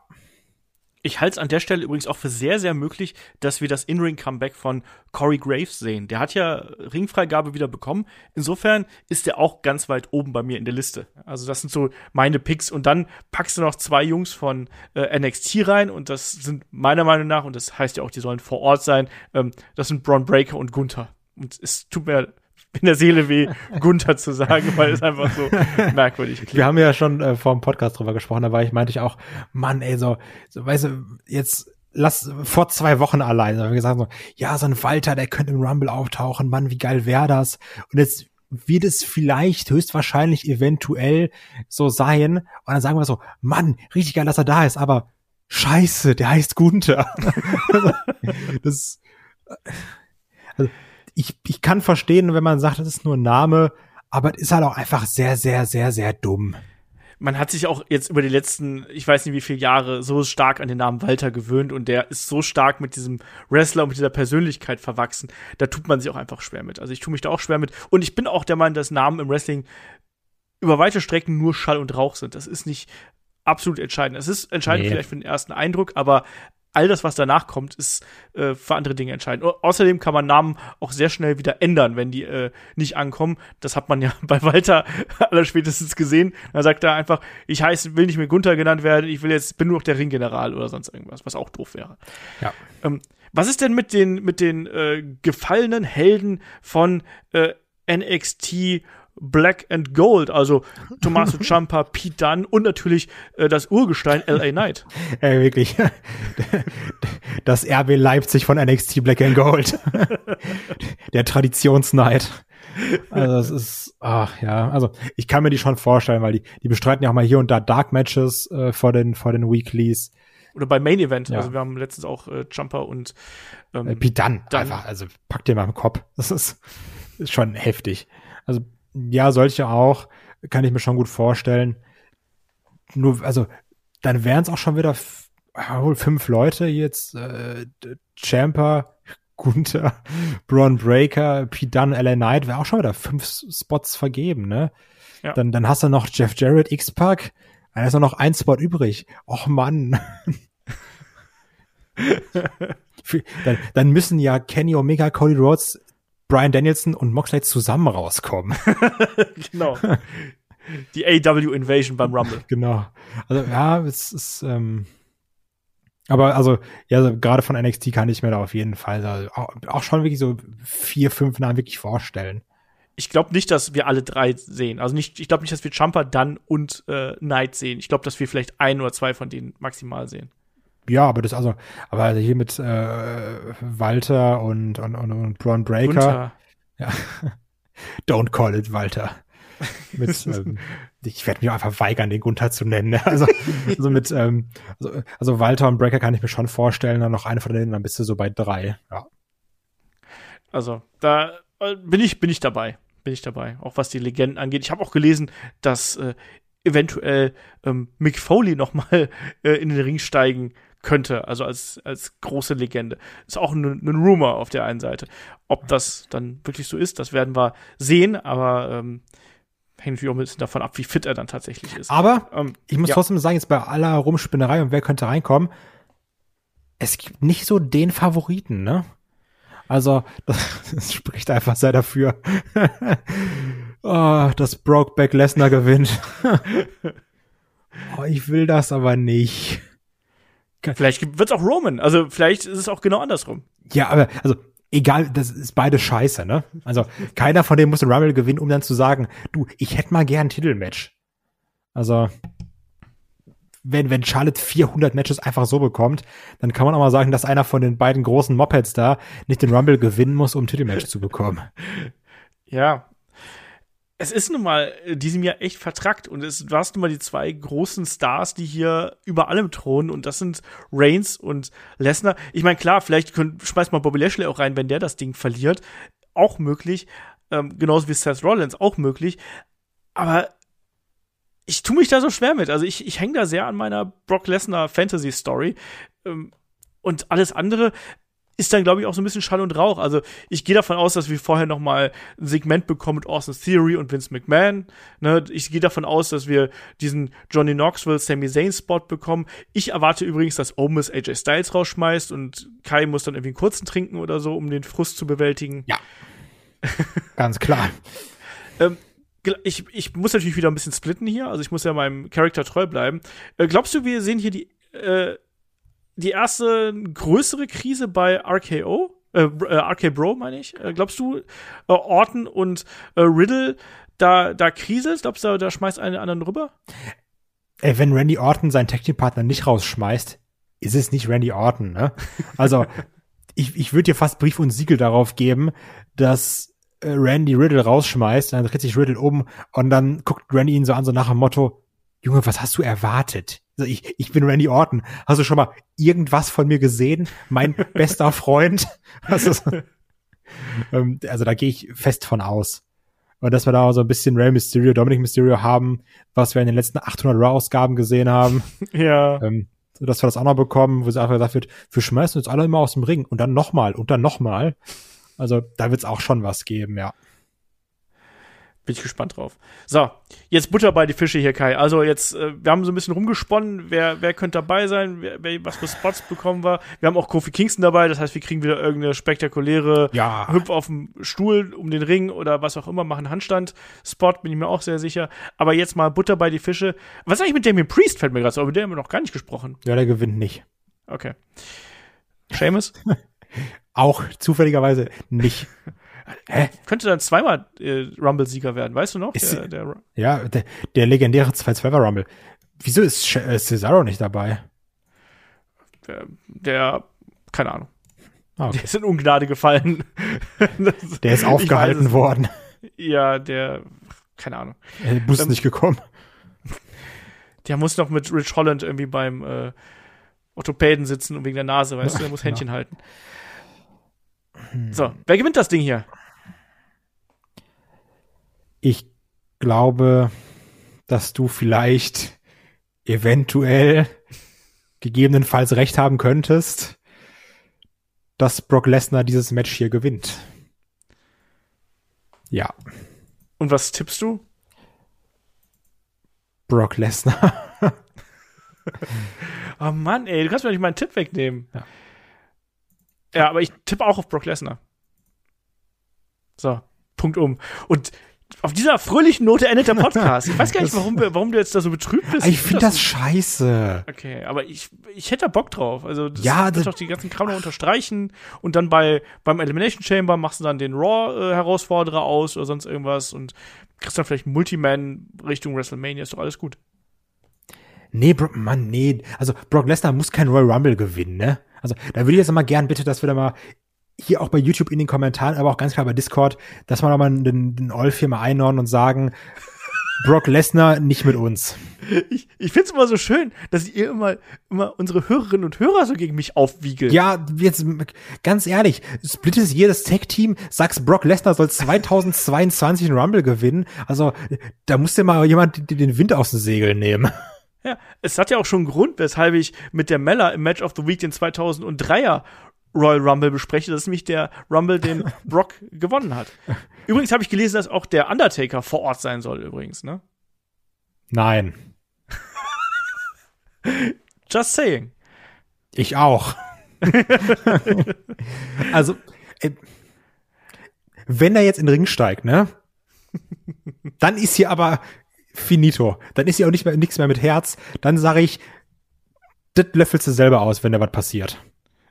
Ich halte es an der Stelle übrigens auch für sehr, sehr möglich, dass wir das In-Ring-Comeback von Corey Graves sehen. Der hat ja Ringfreigabe wieder bekommen. Insofern ist der auch ganz weit oben bei mir in der Liste. Also das sind so meine Picks. Und dann packst du noch zwei Jungs von äh, N X T rein. Und das sind meiner Meinung nach, und das heißt ja auch, die sollen vor Ort sein, ähm, das sind Braun Breaker und Gunther. Und es tut mir in der Seele weh, Gunther zu sagen, weil es einfach so merkwürdig klingt. Wir haben ja schon äh, vor dem Podcast drüber gesprochen, da war ich, meinte ich auch, Mann, ey, so, so weißt du, jetzt lass vor zwei Wochen allein, da haben wir gesagt so, ja, so ein Walter, der könnte im Rumble auftauchen, Mann, wie geil wäre das? Und jetzt wird es vielleicht höchstwahrscheinlich eventuell so sein, und dann sagen wir so, Mann, richtig geil, dass er da ist, aber scheiße, der heißt Gunther. Das, also, Ich, ich kann verstehen, wenn man sagt, das ist nur ein Name, aber es ist halt auch einfach sehr, sehr, sehr, sehr dumm. man hat sich auch jetzt über die letzten, ich weiß nicht wie viele Jahre, so stark an den Namen Walter gewöhnt und der ist so stark mit diesem Wrestler und mit dieser Persönlichkeit verwachsen, da tut man sich auch einfach schwer mit. Also ich tue mich da auch schwer mit und ich bin auch der Meinung, dass Namen im Wrestling über weite Strecken nur Schall und Rauch sind. Das ist nicht absolut entscheidend. Es ist entscheidend nee. vielleicht für den ersten Eindruck, aber all das, was danach kommt, ist äh, für andere Dinge entscheidend. Au- außerdem kann man Namen auch sehr schnell wieder ändern, wenn die äh, nicht ankommen. Das hat man ja bei Walter allerspätestens gesehen. Da sagt er einfach, ich heiße, will nicht mehr Gunther genannt werden, ich will jetzt, bin nur noch der Ringgeneral oder sonst irgendwas, was auch doof wäre. Ja. Ähm, was ist denn mit den, mit den äh, gefallenen Helden von äh, N X T Black and Gold, also Tommaso Ciampa, Pete Dunne und natürlich äh, das Urgestein L A Knight. Ey, wirklich. Das R B Leipzig von N X T Black and Gold. Der Traditionsneid. Also das ist, ach ja, also ich kann mir die schon vorstellen, weil die, die bestreiten ja auch mal hier und da Dark Matches äh, vor den vor den Weeklies. Oder bei Main Event, Ja. also wir haben letztens auch äh, Ciampa und ähm, Äh, Pete Dunne, Dunne. einfach, also pack dir mal im Kopf. Das ist, ist schon heftig. Also ja, solche auch, kann ich mir schon gut vorstellen. Nur, also, dann wären es auch schon wieder f- ah, wohl fünf Leute jetzt. Äh, Ciampa, Gunther, Braun Breaker, Pete Dunne, L A Knight, wäre auch schon wieder fünf Spots vergeben, ne? Ja. Dann, dann hast du noch Jeff Jarrett, X-Pac, dann ist noch ein Spot übrig. Och Mann. Für- dann, dann müssen ja Kenny Omega, Cody Rhodes, Bryan Danielson und Moxley zusammen rauskommen. genau. Die A E W Invasion beim Rumble. Genau. Also ja, es ist ähm, aber also ja, also, gerade von N X T kann ich mir da auf jeden Fall da auch, auch schon wirklich so vier, fünf Namen wirklich vorstellen. Ich glaube nicht, dass wir alle drei sehen. Also nicht, ich glaube nicht, dass wir Ciampa, Dunne und äh, Knight sehen. Ich glaube, dass wir vielleicht ein oder zwei von denen maximal sehen. Ja, aber das also, aber also hier mit äh, Walter und und und, und Braun Breaker. Gunther. Ja. Don't call it Walter. Mit, ähm, ich werde mich auch einfach weigern, den Gunther zu nennen. Ne? Also, also mit, ähm, also, also Walter und Breaker kann ich mir schon vorstellen, dann noch eine von denen, dann bist du so bei drei. Ja. Also, da äh, bin ich, bin ich dabei. Bin ich dabei. Auch was die Legenden angeht. Ich habe auch gelesen, dass äh, eventuell ähm, Mick Foley noch mal äh, in den Ring steigen könnte, also als, als große Legende. Ist auch ein, ein Rumor auf der einen Seite. Ob das dann wirklich so ist, das werden wir sehen, aber ähm, hängt natürlich auch ein bisschen davon ab, wie fit er dann tatsächlich ist. Aber ähm, ich muss ja. trotzdem sagen, jetzt bei aller Rumspinnerei und wer könnte reinkommen, es gibt nicht so den Favoriten, ne? Also, das, das spricht einfach sehr dafür, oh, dass Brokeback Lesnar gewinnt. Oh, ich will das aber nicht. Vielleicht wird's auch Roman. Also vielleicht ist es auch genau andersrum. Ja, aber also egal, das ist beide scheiße, ne? Also keiner von denen muss den Rumble gewinnen, um dann zu sagen, du, ich hätte mal gern ein Titelmatch. Also wenn wenn Charlotte vierhundert Matches einfach so bekommt, dann kann man auch mal sagen, dass einer von den beiden großen Mopeds da nicht den Rumble gewinnen muss, um ein Titelmatch zu bekommen. Ja. Es ist nun mal in diesem Jahr echt vertrackt und es, du hast nun mal die zwei großen Stars, die hier über allem thronen und das sind Reigns und Lesnar. Ich meine, klar, vielleicht könnt, schmeißt mal Bobby Lashley auch rein, wenn der das Ding verliert. Auch möglich. Ähm, genauso wie Seth Rollins, auch möglich. Aber ich tue mich da so schwer mit. Also ich, ich hänge da sehr an meiner Brock Lesnar Fantasy Story. Ähm, und alles andere ist dann, glaube ich, auch so ein bisschen Schall und Rauch. Also ich gehe davon aus, dass wir vorher noch mal ein Segment bekommen mit Austin Theory und Vince McMahon. Ne? Ich gehe davon aus, dass wir diesen Johnny Knoxville, Sami Zayn Spot bekommen. Ich erwarte übrigens, dass Omos A J Styles rausschmeißt und Kai muss dann irgendwie einen kurzen trinken oder so, um den Frust zu bewältigen. Ja. Ganz klar. ähm, ich, ich muss natürlich wieder ein bisschen splitten hier. Also ich muss ja meinem Charakter treu bleiben. Äh, glaubst du, wir sehen hier die äh, die erste größere Krise bei R K O, äh, R K Bro meine ich. Äh, glaubst du, äh, Orton und äh, Riddle, da, da kriselt? Glaubst du, da, da schmeißt einer den anderen rüber? Ey, wenn Randy Orton seinen Tag-Team-Partner nicht rausschmeißt, ist es nicht Randy Orton, ne? Also, ich, ich würde dir fast Brief und Siegel darauf geben, dass äh, Randy Riddle rausschmeißt, dann dreht sich Riddle um und dann guckt Randy ihn so an, so nach dem Motto, Junge, was hast du erwartet? Also ich, ich bin Randy Orton. Hast du schon mal irgendwas von mir gesehen? Mein bester Freund? Also, ähm, also da gehe ich fest von aus. Und dass wir da so ein bisschen Rey Mysterio, Dominic Mysterio haben, was wir in den letzten achthundert Raw-Ausgaben gesehen haben. Ja. Ähm, so dass wir das auch noch bekommen, wo es einfach gesagt wird, wir schmeißen uns alle immer aus dem Ring und dann nochmal und dann nochmal. Also da wird es auch schon was geben, ja. Bin ich gespannt drauf. So, jetzt Butter bei die Fische hier, Kai. Also jetzt, äh, wir haben so ein bisschen rumgesponnen, wer, wer könnte dabei sein, wer, wer, was für Spots bekommen wir. Wir haben auch Kofi Kingston dabei, das heißt, wir kriegen wieder irgendeine spektakuläre Ja. Hüpf auf dem Stuhl um den Ring oder was auch immer, machen Handstand-Spot, bin ich mir auch sehr sicher. Aber jetzt mal Butter bei die Fische. Was ist eigentlich mit Damien Priest, fällt mir gerade so, aber mit dem haben wir noch gar nicht gesprochen. Ja, der gewinnt nicht. Okay. Sheamus? Auch zufälligerweise nicht. Hä? Könnte dann zweimal äh, Rumble-Sieger werden, weißt du noch? Ist, Der, der, ja, der, der legendäre zwei zwei Rumble. Wieso ist Sh- äh, Cesaro nicht dabei? der, der keine Ahnung. Ah, okay. Der ist in Ungnade gefallen. Das, Der ist aufgehalten worden. Ja, der, keine Ahnung. Der Bus ist Ähm, nicht gekommen. Der muss noch mit Rich Holland irgendwie beim äh, Orthopäden sitzen und wegen der Nase, weißt du, der muss Händchen Ja. halten. So, wer gewinnt das Ding hier? Ich glaube, dass du vielleicht eventuell gegebenenfalls recht haben könntest, dass Brock Lesnar dieses Match hier gewinnt. Ja, Und was tippst du? Brock Lesnar. Oh Mann, ey, du kannst mir nicht meinen Tipp wegnehmen. Ja. Ja, aber ich tippe auch auf Brock Lesnar. So, Punkt um. Und auf dieser fröhlichen Note endet der Podcast. Ich weiß gar nicht, warum, wir- warum du jetzt da so betrübt bist. Ich finde das scheiße. Okay, aber ich, ich hätte da Bock drauf. Also, das Ja, wird das- doch die ganzen Kram noch unterstreichen. Und dann bei, beim Elimination Chamber machst du dann den Raw-Herausforderer aus oder sonst irgendwas und kriegst dann vielleicht einen Multiman Richtung WrestleMania. Ist doch alles gut. Nee, Bro, Mann, nee. Also Brock Lesnar muss kein Royal Rumble gewinnen, ne? Also da würde ich jetzt mal gern bitte, dass wir da mal hier auch bei YouTube in den Kommentaren, aber auch ganz klar bei Discord, dass wir da mal den, den Olf hier mal einordnen und sagen, Brock Lesnar nicht mit uns. Ich, ich find's immer so schön, dass ihr immer, immer unsere Hörerinnen und Hörer so gegen mich aufwiegelt. Ja, jetzt ganz ehrlich, splittest jedes Tag-Team, sagst Brock Lesnar soll zweitausendzweiundzwanzig einen Rumble gewinnen. Also da muss dir mal jemand den Wind aus den Segeln nehmen. Ja, es hat ja auch schon einen Grund, weshalb ich mit der Mella im Match of the Week den zweitausenddreier Royal Rumble bespreche. Das ist nämlich der Rumble, den Brock gewonnen hat. Übrigens habe ich gelesen, dass auch der Undertaker vor Ort sein soll, übrigens, ne? Nein, Just saying. ich auch. Also, äh, wenn er jetzt in den Ring steigt, ne? Dann ist hier aber finito. Dann ist hier auch nicht mehr nichts mehr mit Herz. Dann sage ich, das löffelst du selber aus, wenn da was passiert.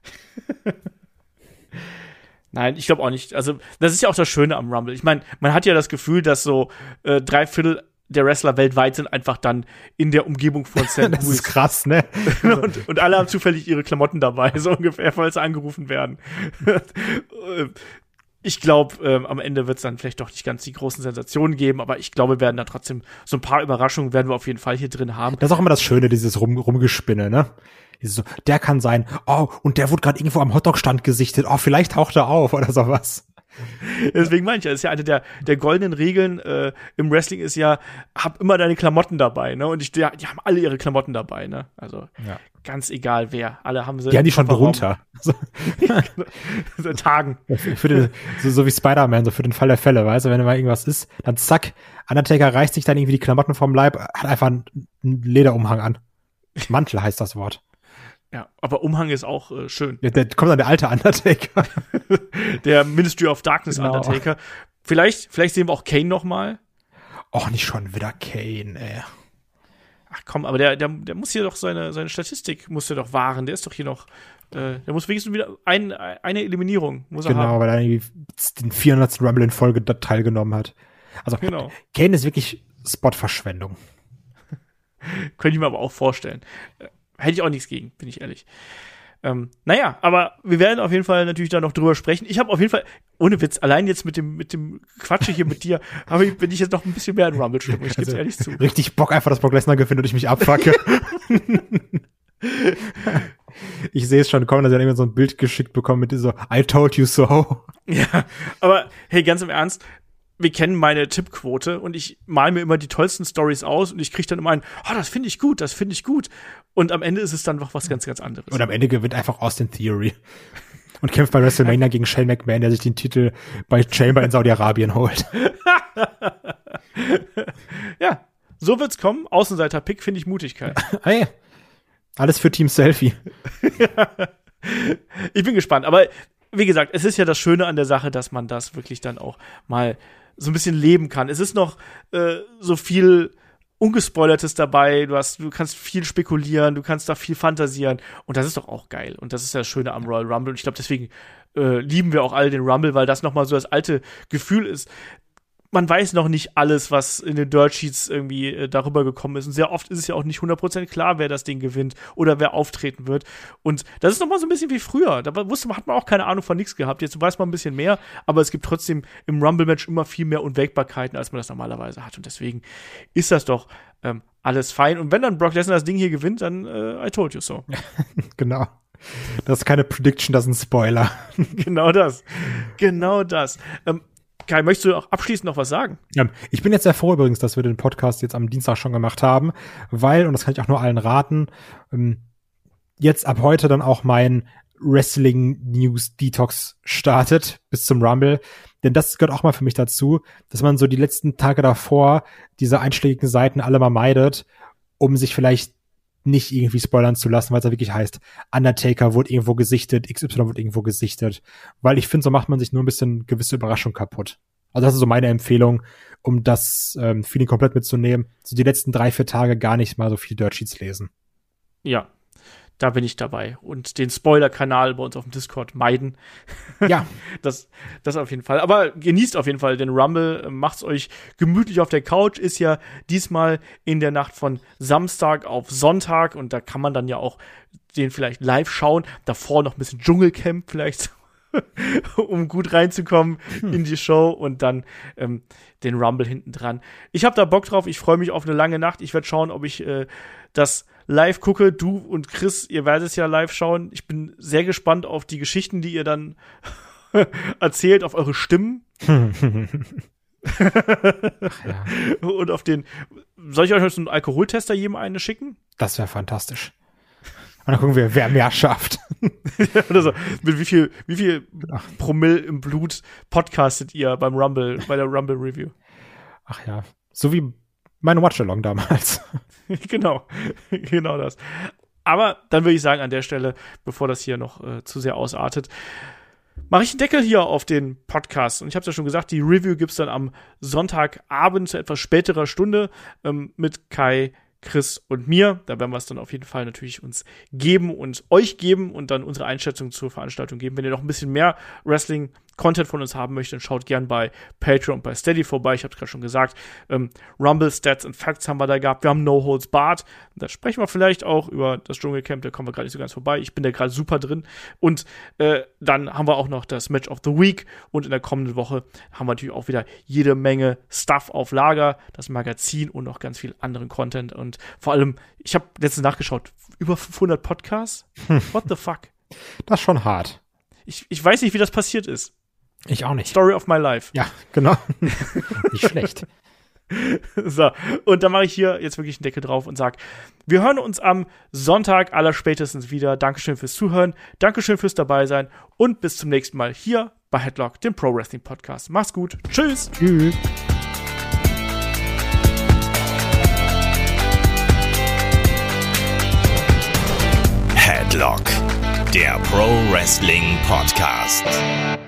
Nein, ich glaube auch nicht. Also, das ist ja auch das Schöne am Rumble. Ich meine, man hat ja das Gefühl, dass so äh, drei Viertel der Wrestler weltweit sind einfach dann in der Umgebung von Saint Das ist Louis. krass, ne? und, und alle haben zufällig ihre Klamotten dabei, so ungefähr, falls sie angerufen werden. Ich glaube, ähm, am Ende wird es dann vielleicht doch nicht ganz die großen Sensationen geben, aber ich glaube, wir werden da trotzdem so ein paar Überraschungen werden wir auf jeden Fall hier drin haben. Das ist auch immer das Schöne, dieses Rum, Rumgespinne, ne? Dieses so, der kann sein, oh, und der wurde gerade irgendwo am Hotdog-Stand gesichtet, oh, vielleicht taucht er auf oder sowas. Deswegen meine ich ja, das ist ja eine der, der goldenen Regeln äh, im Wrestling ist ja, hab immer deine Klamotten dabei, ne? Und ich, die, die haben alle ihre Klamotten dabei, ne? Also Ja. ganz egal wer, alle haben sie. Die haben die schon Kofferraum. drunter. So, Seit Tagen. für den, so, so wie Spider-Man, so für den Fall der Fälle, weißt du, wenn mal irgendwas ist, dann zack, Undertaker reißt sich dann irgendwie die Klamotten vom Leib, hat einfach einen, einen Lederumhang an. Mantel heißt das Wort. Ja, aber Umhang ist auch äh, schön. Ja, da kommt dann der alte Undertaker. Der Ministry of Darkness Genau. Undertaker. Vielleicht, vielleicht sehen wir auch Kane noch mal. Och, nicht schon wieder Kane, ey. Ach komm, aber der, der, der muss hier doch seine, seine Statistik muss er doch wahren. Der ist doch hier noch, äh, der muss wenigstens wieder ein, eine Eliminierung muss er Genau, haben. weil er irgendwie den vierhundertsten Rumble in Folge da teilgenommen hat. Also, Genau. Kane ist wirklich Spotverschwendung. Könnte ich mir aber auch vorstellen. Äh, hätte ich auch nichts gegen, bin ich ehrlich. Ähm, naja, aber wir werden auf jeden Fall natürlich da noch drüber sprechen. Ich habe auf jeden Fall, ohne Witz, allein jetzt mit dem, mit dem Quatsche hier mit dir, hab ich, bin ich jetzt noch ein bisschen mehr in Rumble-Stimmung. Ich gebe Also, ehrlich zu. Richtig Bock einfach, dass Brock Lesnar gewinnt und ich mich abfacke. Ich sehe es schon kommen, dass er irgendwann so ein Bild geschickt bekommen mit so I told you so. Ja, aber hey, ganz im Ernst, wir kennen meine Tippquote und ich mal mir immer die tollsten Stories aus und ich kriege dann immer ein, oh, das finde ich gut, das finde ich gut. Und am Ende ist es dann noch was ganz, ganz anderes. Und am Ende gewinnt einfach Austin Theory und kämpft bei WrestleMania gegen Shane McMahon, der sich den Titel bei Chamber in Saudi-Arabien holt. Ja, so wird's kommen. Außenseiter-Pick finde ich Mutigkeit. Hey, alles für Team Selfie. Ich bin gespannt, aber wie gesagt, es ist ja das Schöne an der Sache, dass man das wirklich dann auch mal so ein bisschen leben kann. Es ist noch äh, so viel Ungespoilertes dabei, du hast, du kannst viel spekulieren, du kannst da viel fantasieren und das ist doch auch geil. Und das ist ja das Schöne am Royal Rumble und ich glaube, deswegen äh, lieben wir auch alle den Rumble, weil das nochmal so das alte Gefühl ist. Man weiß noch nicht alles, was in den Dirt Sheets irgendwie äh, darüber gekommen ist. Und sehr oft ist es ja auch nicht hundert Prozent klar, wer das Ding gewinnt oder wer auftreten wird. Und das ist noch mal so ein bisschen wie früher. Da wusste man, hat man auch keine Ahnung von nichts gehabt. Jetzt weiß man ein bisschen mehr, aber es gibt trotzdem im Rumble-Match immer viel mehr Unwägbarkeiten, als man das normalerweise hat. Und deswegen ist das doch ähm, alles fein. Und wenn dann Brock Lesnar das Ding hier gewinnt, dann äh, I told you so. Genau. Das ist keine Prediction, das ist ein Spoiler. Genau das. Genau das. Ähm, Kai, möchtest du auch abschließend noch was sagen? Ja, ich bin jetzt sehr froh übrigens, dass wir den Podcast jetzt am Dienstag schon gemacht haben, weil, und das kann ich auch nur allen raten, ähm, jetzt ab heute dann auch mein Wrestling-News-Detox startet bis zum Rumble. Denn das gehört auch mal für mich dazu, dass man so die letzten Tage davor diese einschlägigen Seiten alle mal meidet, um sich vielleicht nicht irgendwie spoilern zu lassen, weil es ja wirklich heißt, Undertaker wurde irgendwo gesichtet, X Y wurde irgendwo gesichtet. Weil ich finde, so macht man sich nur ein bisschen gewisse Überraschung kaputt. Also das ist so meine Empfehlung, um das ähm, Feeling komplett mitzunehmen. So die letzten drei, vier Tage gar nicht mal so viel Dirt Sheets lesen. Ja, da bin ich dabei. Und den Spoiler-Kanal bei uns auf dem Discord meiden. Ja. das, das auf jeden Fall. Aber genießt auf jeden Fall den Rumble. Macht's euch gemütlich auf der Couch. Ist ja diesmal in der Nacht von Samstag auf Sonntag. Und da kann man dann ja auch den vielleicht live schauen. Davor noch ein bisschen Dschungelcamp vielleicht, um gut reinzukommen hm. in die Show. Und dann ähm, den Rumble hinten dran. Ich habe da Bock drauf. Ich freue mich auf eine lange Nacht. Ich werde schauen, ob ich äh, das live gucke. Du und Chris, ihr werdet es ja live schauen. Ich bin sehr gespannt auf die Geschichten, die ihr dann erzählt, auf eure Stimmen. Ach, ja. Und auf den, soll ich euch noch so einen Alkoholtester jedem eine schicken? Das wäre fantastisch. Und dann gucken wir, wer mehr schafft. Oder so. Mit wie viel, wie viel Promille im Blut podcastet ihr beim Rumble, bei der Rumble Review? Ach ja, so wie mein Watchalong damals. Genau, genau das. Aber dann würde ich sagen, an der Stelle, bevor das hier noch äh, zu sehr ausartet, mache ich einen Deckel hier auf den Podcast. Und ich habe es ja schon gesagt, die Review gibt's dann am Sonntagabend zu etwas späterer Stunde ähm, mit Kai, Chris und mir. Da werden wir es dann auf jeden Fall natürlich uns geben und euch geben und dann unsere Einschätzung zur Veranstaltung geben. Wenn ihr noch ein bisschen mehr Wrestling-Content von uns haben möchtet, dann schaut gern bei Patreon und bei Steady vorbei. Ich habe es gerade schon gesagt. Ähm, Rumble, Stats and Facts haben wir da gehabt. Wir haben No Holds Barred. Da sprechen wir vielleicht auch über das Dschungelcamp. Da kommen wir gerade nicht so ganz vorbei. Ich bin da gerade super drin. Und äh, dann haben wir auch noch das Match of the Week. Und in der kommenden Woche haben wir natürlich auch wieder jede Menge Stuff auf Lager. Das Magazin und noch ganz viel anderen Content. Und Und vor allem, ich habe letztens nachgeschaut, über fünfhundert Podcasts? What the fuck? Das ist schon hart. Ich, ich weiß nicht, wie das passiert ist. Ich auch nicht. Story of my life. Ja, genau. Nicht schlecht. So, und dann mache ich hier jetzt wirklich einen Deckel drauf und sage, wir hören uns am Sonntag allerspätestens wieder. Dankeschön fürs Zuhören, Dankeschön fürs Dabeisein und bis zum nächsten Mal hier bei Headlock, dem Pro Wrestling Podcast. Mach's gut. Tschüss. Tschüss. Headlock, der Pro Wrestling Podcast.